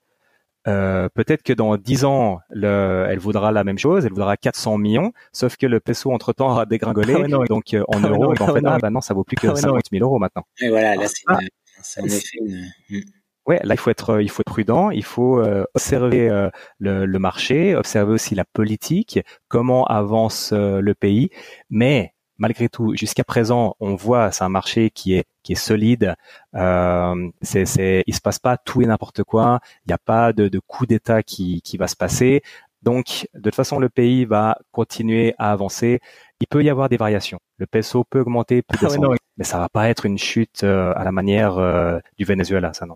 Euh, peut-être que dans dix ans, le, elle vaudra la même chose, elle vaudra quatre cents millions, sauf que le peso entre-temps aura dégringolé. Ah ouais, non, donc euh, en ah euros, ouais, non, en fait, ah, ah bah non, ça vaut plus que ah ouais, cinquante mille euros maintenant. Et voilà, là, c'est, ah, une, c'est en effet une... Ouais, là il faut être, il faut être prudent, il faut euh, observer euh, le, le marché, observer aussi la politique, comment avance euh, le pays. Mais malgré tout, jusqu'à présent, on voit c'est un marché qui est qui est solide. Euh, c'est, c'est, il se passe pas tout et n'importe quoi. Il n'y a pas de, de coup d'État qui qui va se passer. Donc de toute façon, le pays va continuer à avancer. Il peut y avoir des variations. Le peso peut augmenter, peut descendre, ah ouais, non, mais ça va pas être une chute euh, à la manière euh, du Venezuela, ça non.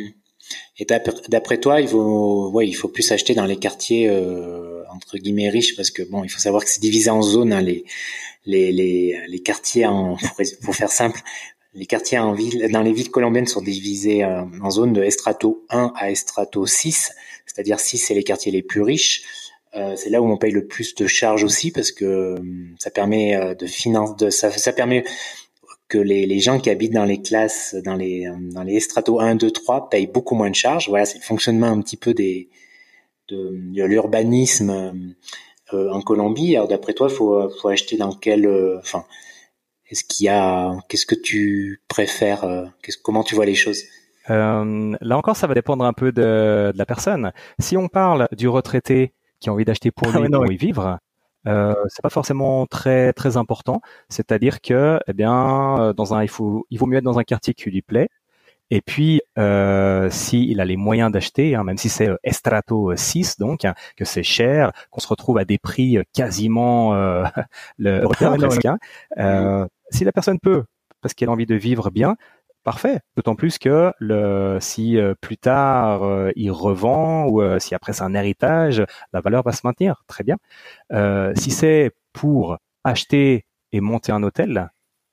Et d'après toi, il faut, ouais, il faut plus acheter dans les quartiers euh, entre guillemets riches, parce que bon, il faut savoir que c'est divisé en zones, hein, les les les les quartiers en, pour, pour faire simple, les quartiers en ville, dans les villes colombiennes sont divisés euh, en zones de estrato un à estrato six, c'est-à-dire six c'est les quartiers les plus riches. Euh, c'est là où on paye le plus de charges aussi, parce que euh, ça permet euh, de finance, de ça, ça permet que les, les gens qui habitent dans les classes, dans les dans les estratos un, deux, trois payent beaucoup moins de charges. Voilà, c'est le fonctionnement un petit peu des de, de l'urbanisme euh, en Colombie. Alors d'après toi, faut faut acheter dans quel, enfin, euh, est-ce qu'il y a, qu'est-ce que tu préfères, euh, qu'est-ce, comment tu vois les choses? Euh, là encore, ça va dépendre un peu de, de la personne. Si on parle du retraité qui a envie d'acheter pour lui, ah, pour y vivre, euh, c'est pas forcément très très important. C'est-à-dire que, eh bien, dans un, il faut, il vaut mieux être dans un quartier qui lui plaît. Et puis, euh, s'il a les moyens d'acheter, hein, même si c'est euh, estrato six, donc hein, que c'est cher, qu'on se retrouve à des prix quasiment euh, le européen presque. Hein, euh, si la personne peut, parce qu'elle a envie de vivre bien, parfait. D'autant plus que le, si euh, plus tard euh, il revend ou euh, si après c'est un héritage, la valeur va se maintenir. Très bien. Euh, si c'est pour acheter et monter un hôtel,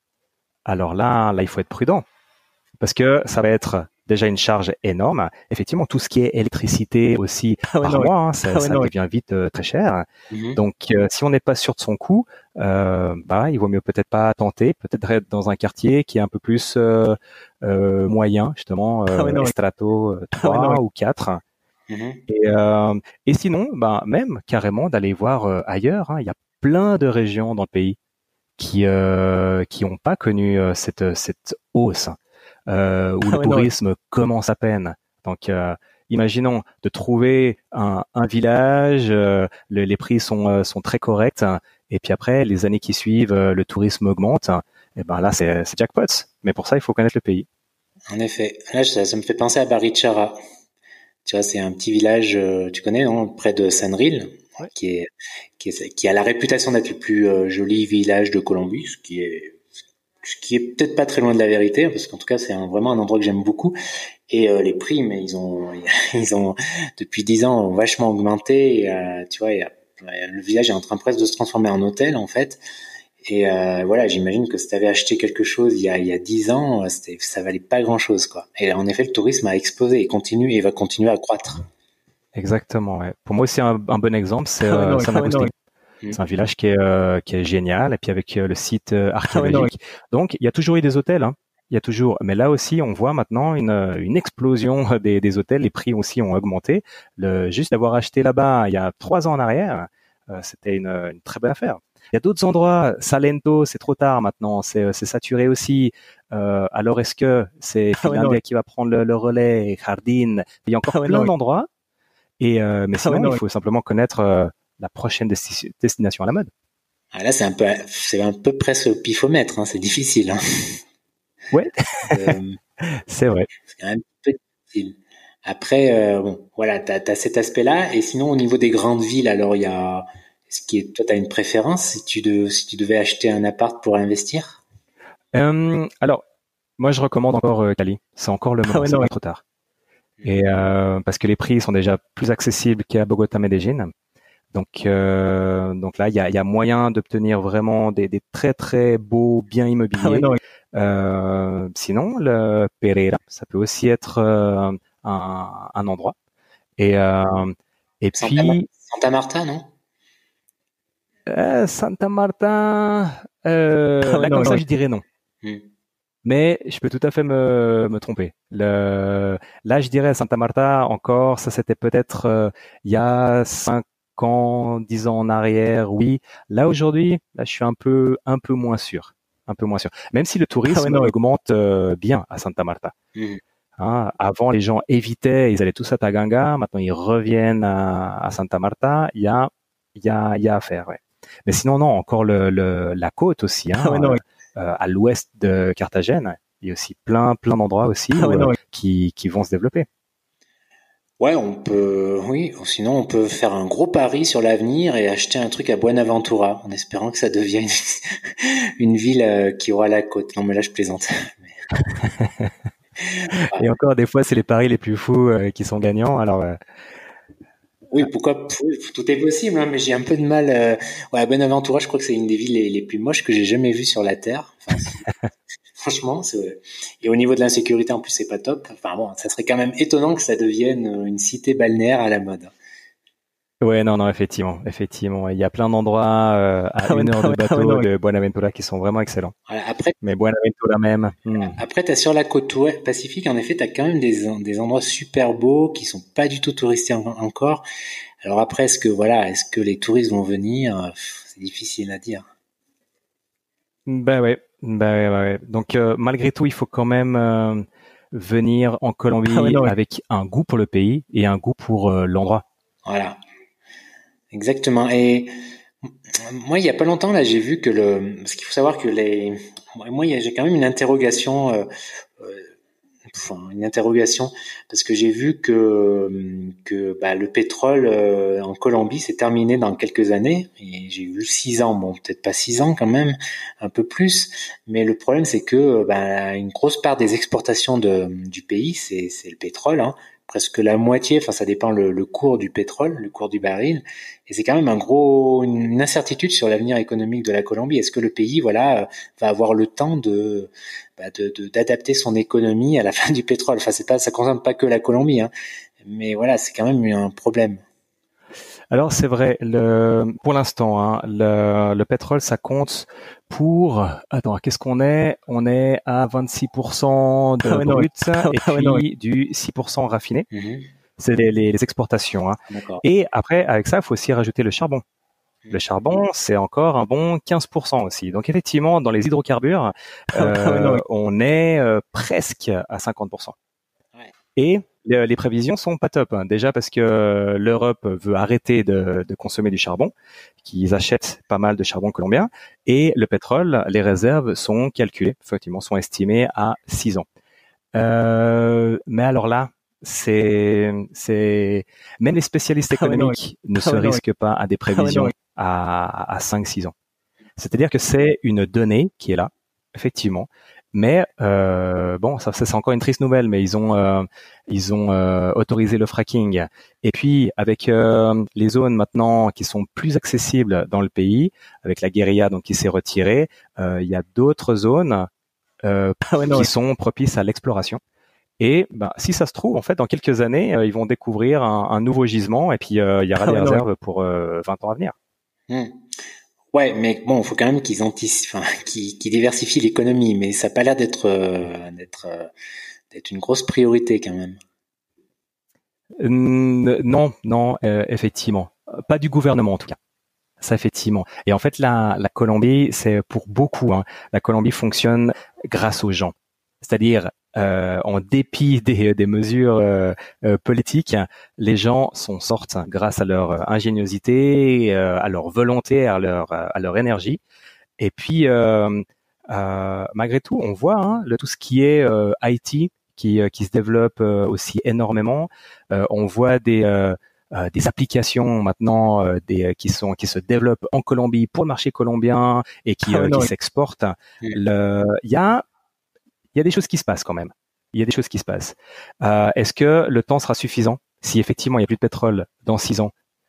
alors là, là il faut être prudent parce que ça va être déjà une charge énorme. Effectivement, tout ce qui est électricité aussi ah ouais, par non, mois, hein, ça, ah ouais, ça non, devient vite euh, très cher. Mm-hmm. Donc, euh, si on n'est pas sûr de son coût, euh, bah, il vaut mieux peut-être pas tenter, peut-être être dans un quartier qui est un peu plus euh, euh, moyen, justement, euh, ah ouais, non, strato trois ah ouais, ou quatre. Mm-hmm. Et, euh, et sinon, bah, même carrément d'aller voir euh, ailleurs. Hein, il y a plein de régions dans le pays qui euh, qui n'ont pas connu euh, cette cette hausse. Euh, où ah le ouais, tourisme non. commence à peine. Donc, euh, imaginons de trouver un, un village, euh, le, les prix sont, euh, sont très corrects, hein, et puis après, les années qui suivent, euh, le tourisme augmente. Hein, et ben là, c'est, c'est jackpot. Mais pour ça, il faut connaître le pays. En effet. Là, ça, ça me fait penser à Barichara. Tu vois, c'est un petit village, euh, tu connais, non, près de Sanril, ouais. qui est, qui est, qui a la réputation d'être le plus euh, joli village de Colombie, ce qui est ce qui est peut-être pas très loin de la vérité, parce qu'en tout cas c'est un, vraiment un endroit que j'aime beaucoup. Et euh, les prix, mais ils ont, ils ont depuis dix ans ont vachement augmenté. Et, euh, tu vois, et, le village est en train presque de se transformer en hôtel en fait. Et euh, voilà, j'imagine que si tu avais acheté quelque chose il y a il y a dix ans, c'était, ça valait pas grand chose quoi. Et en effet, le tourisme a explosé et continue et va continuer à croître. Exactement. Ouais. Pour moi aussi un, un bon exemple, c'est ah ouais, non, euh, San Agustin. C'est un village qui est euh, qui est génial, et puis avec euh, le site euh, archéologique. Ah ouais, donc il y a toujours eu des hôtels, hein. Il y a toujours, mais là aussi on voit maintenant une une explosion des des hôtels. Les prix aussi ont augmenté. Le juste d'avoir acheté là-bas il y a trois ans en arrière, euh, c'était une une très bonne affaire. Il y a d'autres endroits, Salento, c'est trop tard maintenant, c'est c'est saturé aussi. Euh, alors est-ce que c'est Finlandia ah ouais, qui va prendre le, le relais, Jardin? Il y a encore ah ouais, plein non, d'endroits. Et euh, mais sinon ah ouais, non, il faut simplement connaître euh, la prochaine desti- destination à la mode. Ah là, c'est un peu, c'est un peu presque au pifomètre, hein, c'est difficile. Hein. Ouais, euh, c'est vrai. C'est quand même un peu difficile. Après, euh, bon, voilà, t'as, t'as cet aspect-là. Et sinon, au niveau des grandes villes, alors il y a, est-ce que toi, t'as une préférence si tu de, si tu devais acheter un appart pour investir? Euh, alors, moi, je recommande encore euh, Cali. C'est encore le moment, ah ouais, c'est non, pas ouais. trop tard. Et euh, parce que les prix sont déjà plus accessibles qu'à Bogota, Medellín. Donc, euh, donc là, il y a, y a moyen d'obtenir vraiment des, des très très beaux biens immobiliers. Ah ouais, non, oui. Euh, sinon, le Pereira, ça peut aussi être euh, un, un endroit. Et, euh, et Santa, puis, Santa Marta, non? euh, Santa Marta, euh, ah ouais, là, non, comme ça, ouais. Je dirais non. Hmm. Mais je peux tout à fait me, me tromper. Le, là, je dirais Santa Marta, encore, ça c'était peut-être euh, il y a cinq ans, dix ans en arrière, oui. Là, aujourd'hui, là, je suis un peu, un peu moins sûr. Un peu moins sûr. Même si le tourisme ah ouais, non, augmente euh, bien à Santa Marta. Hmm. Hein, avant, les gens évitaient, ils allaient tous à Taganga. Maintenant, ils reviennent à, à Santa Marta. Il y a, il y a, il y a à faire, ouais. Mais sinon, non, encore le, le, la côte aussi, hein, ah ouais, non, ouais. euh, à l'ouest de Carthagène. Il y a aussi plein, plein d'endroits aussi ah ouais, où, non, ouais. qui, qui vont se développer. Ouais, on peut, oui. Sinon, on peut faire un gros pari sur l'avenir et acheter un truc à Buenaventura, en espérant que ça devienne une ville euh, qui aura la côte. Non, mais là, je plaisante. Mais... Et encore, des fois, c'est les paris les plus fous euh, qui sont gagnants. Alors, euh... oui, pourquoi tout est possible, hein, mais j'ai un peu de mal. Euh... Ouais, Buenaventura, je crois que c'est une des villes les, les plus moches que j'ai jamais vues sur la terre. Enfin, franchement, c'est... et au niveau de l'insécurité, en plus, c'est pas top. Enfin bon, ça serait quand même étonnant que ça devienne une cité balnéaire à la mode. Ouais, non, non, effectivement, effectivement. Il y a plein d'endroits euh, à ah, une ouais, heure de bateau ouais, ouais, de Buenaventura qui sont vraiment excellents. Voilà, après, mais Buenaventura même. Hmm. Après, t'as sur la côte ouest Pacifique, en effet, t'as quand même des des endroits super beaux qui sont pas du tout touristés en, encore. Alors après, est-ce que voilà, est-ce que les touristes vont venir? C'est difficile à dire. Ben ouais, ben ouais, ouais. Donc euh, malgré tout, il faut quand même euh, venir en Colombie ah ouais, non, ouais. avec un goût pour le pays et un goût pour euh, l'endroit. Voilà. Exactement. Et moi, il y a pas longtemps, là, j'ai vu que le, parce qu'il faut savoir que les, moi, j'ai quand même une interrogation, euh, euh, enfin, une interrogation, parce que j'ai vu que que bah, le pétrole euh, en Colombie s'est terminé dans quelques années, et j'ai vu six ans, bon, peut-être pas six ans quand même, un peu plus, mais le problème c'est que bah, une grosse part des exportations de du pays, c'est c'est le pétrole, hein. Presque la moitié, enfin ça dépend le, le cours du pétrole, le cours du baril, et c'est quand même un gros une incertitude sur l'avenir économique de la Colombie. Est-ce que le pays, voilà, va avoir le temps de, bah de, de d'adapter son économie à la fin du pétrole? Enfin c'est pas, ça concerne pas que la Colombie, hein, mais voilà, c'est quand même un problème. Alors c'est vrai, le, pour l'instant, hein, le, le pétrole, ça compte pour... Attends, qu'est-ce qu'on est? On est à vingt-six pour cent de ah ouais, brut non, et ah ouais, puis non, du six pour cent raffiné. Mm-hmm. C'est les, les, les exportations. Hein. Et après, avec ça, il faut aussi rajouter le charbon. Le charbon, c'est encore un bon quinze pour cent aussi. Donc effectivement, dans les hydrocarbures, euh, ah ouais, non, on est euh, presque à cinquante pour cent. Ouais. Et les prévisions sont pas top, hein. Déjà parce que l'Europe veut arrêter de, de consommer du charbon, qu'ils achètent pas mal de charbon colombien, et le pétrole, les réserves sont calculées, effectivement, sont estimées à six ans. Euh, mais alors là, c'est, c'est, même les spécialistes économiques ah ouais, non, ne ah se ouais, risquent non, pas à des prévisions ah ouais, à, à cinq six ans. C'est-à-dire que c'est une donnée qui est là, effectivement. Mais euh, bon, ça, ça c'est encore une triste nouvelle. Mais ils ont euh, ils ont euh, autorisé le fracking. Et puis avec euh, les zones maintenant qui sont plus accessibles dans le pays, avec la guérilla donc qui s'est retirée, euh, il y a d'autres zones euh, ah ouais, non, qui ouais. sont propices à l'exploration. Et bah, si ça se trouve, en fait, dans quelques années, euh, ils vont découvrir un, un nouveau gisement. Et puis euh, il y aura ah des ouais, réserves ouais. pour euh, vingt ans à venir. Mmh. Ouais, mais bon, il faut quand même qu'ils anticipent, enfin, qu'ils, qu'ils diversifient l'économie, mais ça n'a pas l'air d'être, euh, d'être, euh, d'être une grosse priorité quand même. Euh, non, non, euh, effectivement, pas du gouvernement en tout cas. Ça effectivement. Et en fait, la, la Colombie, c'est pour beaucoup. Hein, la Colombie fonctionne grâce aux gens, c'est-à-dire euh, en dépit des, des mesures euh, euh, politiques, les gens s'en sortent grâce à leur ingéniosité, euh, à leur volonté, à leur à leur énergie. Et puis euh, euh, malgré tout, on voit hein, le, tout ce qui est euh, I T qui qui se développe euh, aussi énormément. Euh, on voit des euh, Euh, des applications maintenant euh, des, qui sont qui se développent en Colombie pour le marché colombien et qui, euh, qui s'exportent. Il y a il y a des choses qui se passent quand même. Il y a des choses qui se passent. Euh, est-ce que le temps sera suffisant si effectivement il n'y a plus de pétrole dans six ans?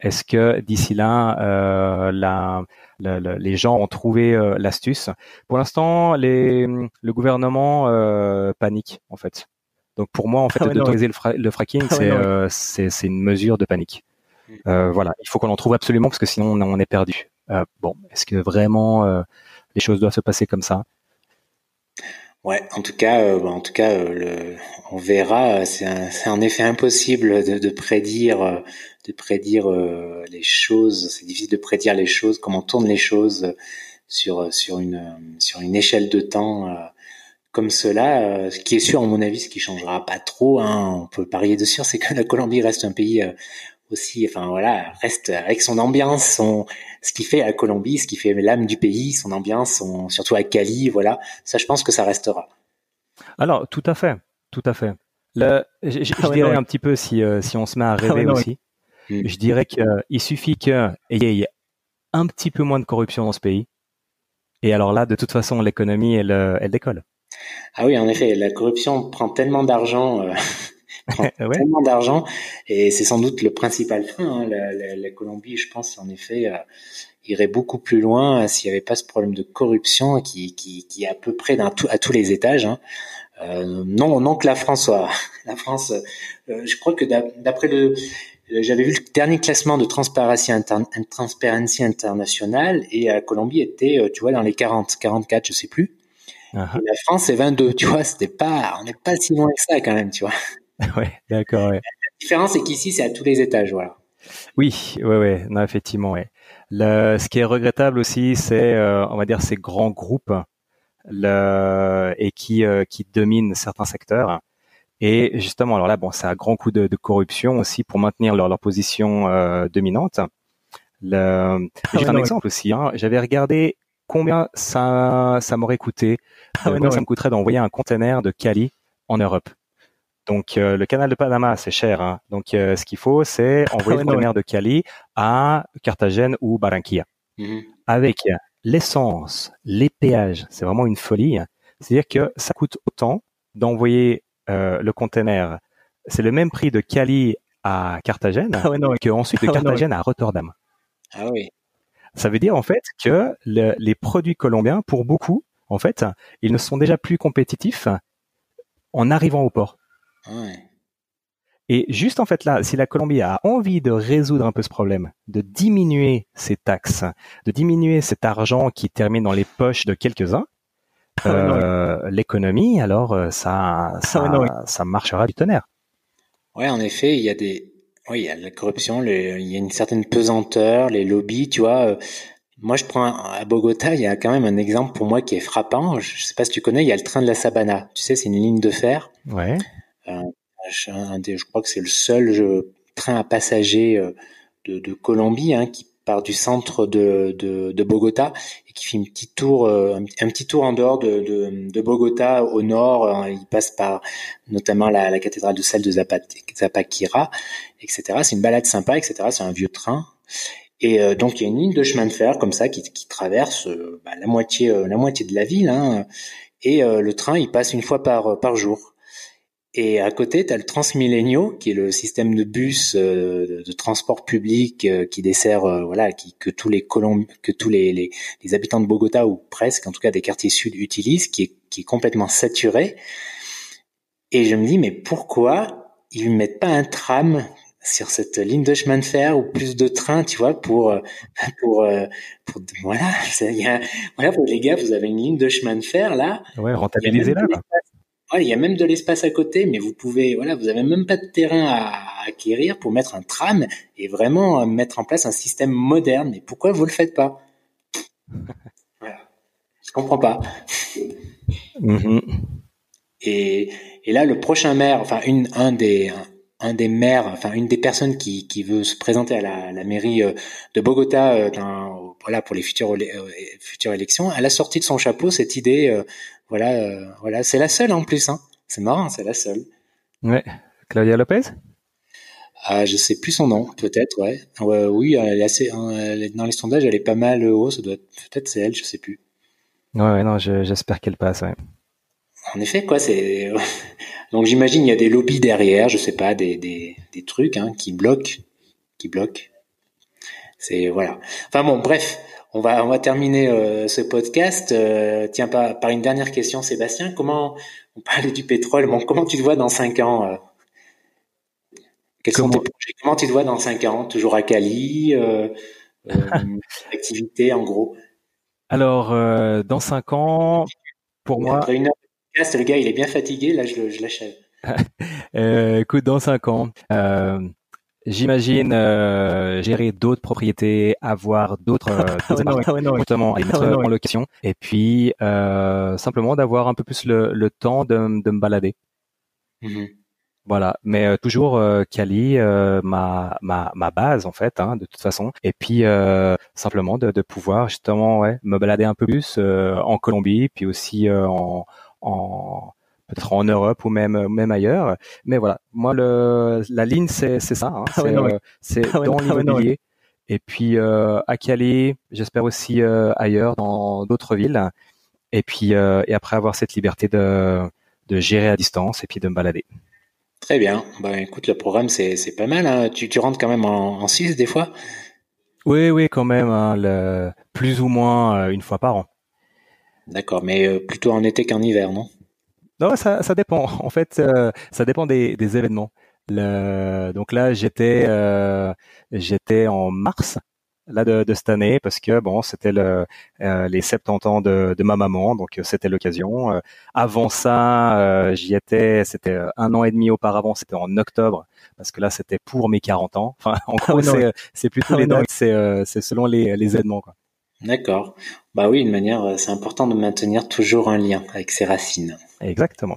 est-ce que d'ici là, euh, la, la, la, les gens ont trouvé euh, l'astuce? Pour l'instant, les, le gouvernement euh, panique en fait. Donc pour moi, en fait, ah ouais, d'autoriser non, oui. le, fra- le fracking, ah ouais, c'est, non, euh, oui. c'est, c'est une mesure de panique. Euh, voilà, il faut qu'on en trouve absolument parce que sinon on, on est perdu. Euh, bon, est-ce que vraiment euh, les choses doivent se passer comme ça? Ouais, en tout cas, euh, en tout cas, euh, le, on verra. C'est, un, c'est en effet impossible de, de prédire, euh, de prédire euh, les choses. C'est difficile de prédire les choses, comment tournent les choses sur sur une sur une échelle de temps euh, comme cela. Euh, ce qui est sûr, à mon avis, ce qui changera pas trop, hein, on peut parier dessus, c'est que la Colombie reste un pays euh, aussi, enfin voilà, reste avec son ambiance, son, ce qui fait la Colombie, ce qui fait l'âme du pays, son ambiance, son, surtout à Cali, voilà. Ça, je pense que ça restera. Alors, tout à fait, tout à fait. Le, je, je, ah ouais, dirais non, un oui. petit peu si euh, si on se met à rêver ah ouais, non, aussi. Oui. Je dirais qu'il euh, suffit qu'il y ait un petit peu moins de corruption dans ce pays. Et alors là, de toute façon, l'économie, elle, elle décolle. Ah oui, en effet, la corruption prend tellement d'argent. Euh... prend ouais. tellement d'argent et c'est sans doute le principal frein. Hein. La, la, la Colombie, je pense, en effet, euh, irait beaucoup plus loin euh, s'il n'y avait pas ce problème de corruption qui, qui, qui est à peu près dans tout, à tous les étages. Hein. Euh, non, non que la France soit. La France, euh, je crois que d'après le, j'avais vu le dernier classement de Transparency, Inter, Transparency International et la Colombie était, tu vois, dans les quarante, quarante-quatre, je sais plus. Uh-huh. Et la France c'est vingt-deux. Tu vois, c'était pas, on n'est pas si loin que ça quand même, tu vois. Ouais, d'accord, ouais. La différence, c'est qu'ici, c'est à tous les étages, voilà. Oui, ouais, ouais, non, effectivement, ouais. Le, ce qui est regrettable aussi, c'est, euh, on va dire, ces grands groupes, le, et qui, euh, qui dominent certains secteurs. Et justement, alors là, bon, c'est un grand coup de, de corruption aussi pour maintenir leur, leur position euh, dominante. Le, ah j'ai ouais, un non, exemple ouais. aussi. Hein. J'avais regardé combien ça, ça m'aurait coûté, ah ouais, combien non, ça ouais. me coûterait d'envoyer un container de Cali en Europe. Donc euh, le canal de Panama, c'est cher. Hein. Donc euh, ce qu'il faut, c'est envoyer ah ouais, le conteneur ouais. de Cali à Carthagène ou Barranquilla. Mm-hmm. Avec l'essence, les péages, c'est vraiment une folie. C'est-à-dire que ça coûte autant d'envoyer euh, le conteneur. C'est le même prix de Cali à Carthagène ah ouais, ouais. qu'ensuite de Carthagène ah ouais, ouais. à Rotterdam. Ah oui. Ça veut dire en fait que le, les produits colombiens, pour beaucoup, en fait, ils ne sont déjà plus compétitifs en arrivant au port. Ouais. Et juste en fait là, si la Colombie a envie de résoudre un peu ce problème, de diminuer ses taxes, de diminuer cet argent qui termine dans les poches de quelques-uns, ah ouais, euh, l'économie, alors ça, ça, ah ouais, non, oui. ça marchera du tonnerre. Ouais, en effet, il y a des, oui, il y a la corruption, le... il y a une certaine pesanteur, les lobbies, tu vois. Moi, je prends à Bogota, il y a quand même un exemple pour moi qui est frappant. Je sais pas si tu connais, il y a le train de la Sabana. Tu sais, c'est une ligne de fer. Ouais. Euh, un des, je crois que c'est le seul je, train à passagers de, de Colombie hein, qui part du centre de, de, de Bogota et qui fait une petite tour, un, un petit tour en dehors de, de, de Bogota au nord. Il passe par notamment la, la cathédrale de Sal de Zapaquira, et cetera. C'est une balade sympa, et cetera. C'est un vieux train. Et euh, donc il y a une ligne de chemin de fer comme ça qui, qui traverse euh, bah, la moitié, euh, la moitié de la ville. Hein, et euh, le train il passe une fois par par jour. Et à côté, tu as le Transmilenio, qui est le système de bus euh, de, de transport public euh, qui dessert, euh, voilà, qui, que tous les Colomb- que tous les, les, les habitants de Bogota ou presque, en tout cas des quartiers sud utilisent, qui est, qui est complètement saturé. Et je me dis, mais pourquoi ils mettent pas un tram sur cette ligne de chemin de fer ou plus de trains, tu vois, pour pour pour, pour voilà, il y a, voilà, pour les gars, vous avez une ligne de chemin de fer là. Ouais, rentabiliser là. Ouais, il y a même de l'espace à côté, mais vous pouvez, voilà, vous avez même pas de terrain à acquérir pour mettre un tram et vraiment mettre en place un système moderne. Mais pourquoi vous le faites pas? Voilà, je comprends pas. Mm-hmm. Et, et là, le prochain maire, enfin une, un des, un, un des maires, enfin une des personnes qui, qui veut se présenter à la, la mairie de Bogota, dans, voilà, pour les futures, euh, futures élections, elle a sorti de son chapeau cette idée. Euh, Voilà, euh, voilà, c'est la seule en plus. Hein. C'est marrant, c'est la seule. Ouais, Claudia Lopez. Ah, je sais plus son nom, peut-être, ouais. ouais oui, elle est assez, elle est, dans les sondages, elle est pas mal haut. Ça doit être, peut-être c'est elle, je sais plus. Ouais, ouais non, je, j'espère qu'elle passe. Ouais. En effet, quoi, c'est. Donc j'imagine il y a des lobbies derrière, je sais pas, des des des trucs hein, qui bloquent, qui bloquent. C'est voilà. Enfin bon, bref, on va on va terminer euh, ce podcast. Euh, tiens, par, par une dernière question, Sébastien. Comment on parlait du pétrole? Bon, comment tu te vois dans cinq ans euh, Quels comment... sont tes projets? Comment tu te vois dans cinq ans? Toujours à Cali euh, euh, activité en gros. Alors, euh, dans cinq ans, pour Et moi... Après une heure de podcast, le gars, il est bien fatigué. Là, je, je l'achève. euh, écoute, dans cinq ans, euh, j'imagine euh, gérer d'autres propriétés, avoir d'autres appartements, notamment à les mettre en location, et puis euh, simplement d'avoir un peu plus le, le temps de, de me balader. Mm-hmm. Voilà, mais euh, toujours euh, Cali, euh, ma ma ma base en fait, hein, de toute façon. Et puis euh, simplement de, de pouvoir justement ouais me balader un peu plus euh, en Colombie, puis aussi euh, en en peut-être en Europe ou même même ailleurs. Mais voilà, moi le la ligne c'est c'est ça, hein, c'est, ah ouais, non, euh, c'est ah ouais, dans l'immobilier. Ah ouais, non, et puis euh, à Cali, j'espère aussi euh, ailleurs dans d'autres villes. Et puis euh, et après avoir cette liberté de de gérer à distance et puis de me balader. Très bien. Bah, écoute, le programme, c'est, c'est pas mal, hein. Tu, tu rentres quand même en, en Suisse, des fois? Oui, oui, quand même, hein, le, plus ou moins euh, une fois par an. D'accord, mais euh, plutôt en été qu'en hiver, non? Non, ça, ça dépend. En fait, euh, ça dépend des, des événements. Le, donc là, j'étais, euh, j'étais en mars. Là de, de cette année parce que bon c'était le euh, les soixante-dix ans de, de ma maman, donc euh, c'était l'occasion. Euh, avant ça euh, j'y étais, c'était un an et demi auparavant, c'était en octobre parce que là c'était pour mes quarante ans. Enfin en gros ah, c'est, c'est plutôt ah, les dates, c'est euh, c'est selon les les événements quoi. D'accord. Bah oui, une manière, c'est important de maintenir toujours un lien avec ses racines. Exactement.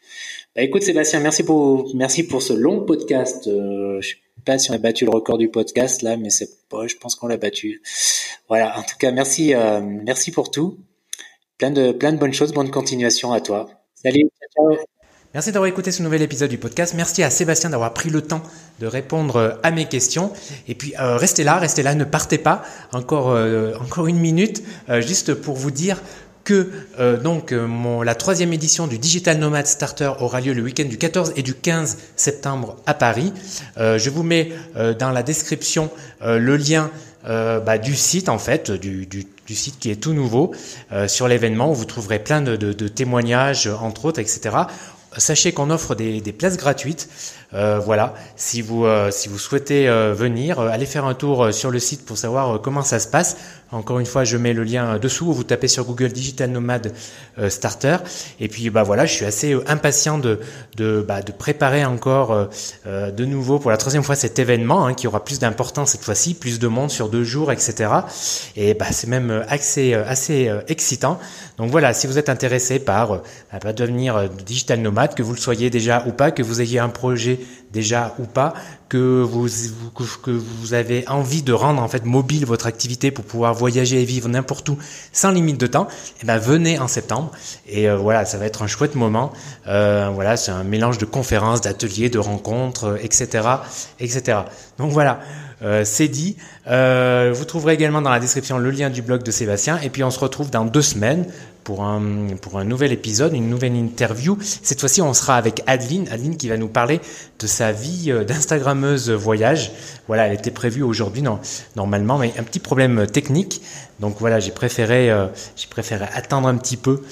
Bah écoute Sébastien, merci pour merci pour ce long podcast. Euh, je sais pas si on a battu le record du podcast là, mais c'est pas, je pense qu'on l'a battu. Voilà. En tout cas, merci, euh, merci pour tout. Plein de plein de bonnes choses, bonne continuation à toi. Salut. Ciao. Merci d'avoir écouté ce nouvel épisode du podcast. Merci à Sébastien d'avoir pris le temps de répondre à mes questions. Et puis euh, restez là, restez là, ne partez pas. Encore euh, encore une minute, euh, juste pour vous dire que euh, donc euh, mon, la troisième édition du Digital Nomad Starter aura lieu le week-end du quatorze et du quinze septembre à Paris. Euh, je vous mets euh, dans la description euh, le lien euh, bah, du site en fait, du, du, du site qui est tout nouveau euh, sur l'événement où vous trouverez plein de, de, de témoignages entre autres, et cetera. Sachez qu'on offre des, des places gratuites. Euh, voilà, si vous euh, si vous souhaitez euh, venir, euh, allez faire un tour euh, sur le site pour savoir euh, comment ça se passe. Encore une fois, je mets le lien euh, dessous. Vous tapez sur Google Digital Nomad euh, Starter. Et puis bah voilà, je suis assez euh, impatient de de bah, de préparer encore euh, euh, de nouveau pour la troisième fois cet événement hein, qui aura plus d'importance cette fois-ci, plus de monde sur deux jours, et cetera. Et bah c'est même assez assez euh, excitant. Donc voilà, si vous êtes intéressé par euh, bah, devenir euh, digital nomade, que vous le soyez déjà ou pas, que vous ayez un projet déjà ou pas, que vous, que vous avez envie de rendre en fait mobile votre activité pour pouvoir voyager et vivre n'importe où sans limite de temps, et ben venez en septembre et euh, voilà, ça va être un chouette moment. Euh, voilà, c'est un mélange de conférences, d'ateliers, de rencontres, et cetera, et cetera. Donc voilà. Euh, c'est dit. Euh, vous trouverez également dans la description le lien du blog de Sébastien. Et puis on se retrouve dans deux semaines pour un pour un nouvel épisode, une nouvelle interview. Cette fois-ci, on sera avec Adeline, Adeline qui va nous parler de sa vie d'instagrammeuse voyage. Voilà, elle était prévue aujourd'hui, non, normalement, mais un petit problème technique. Donc voilà, j'ai préféré euh, j'ai préféré attendre un petit peu.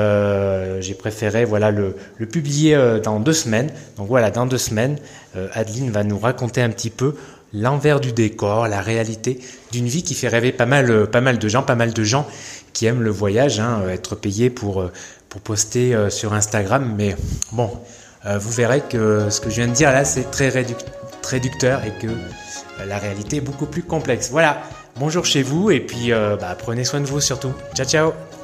Euh, j'ai préféré voilà le le publier euh, dans deux semaines. Donc voilà, dans deux semaines, euh, Adeline va nous raconter un petit peu l'envers du décor, la réalité d'une vie qui fait rêver pas mal, pas mal de gens, pas mal de gens qui aiment le voyage, hein, être payés pour pour poster sur Instagram. Mais bon, euh, vous verrez que ce que je viens de dire là, c'est très réduc- réducteur et que euh, la réalité est beaucoup plus complexe. Voilà, bonjour chez vous et puis euh, bah, prenez soin de vous surtout. Ciao, ciao.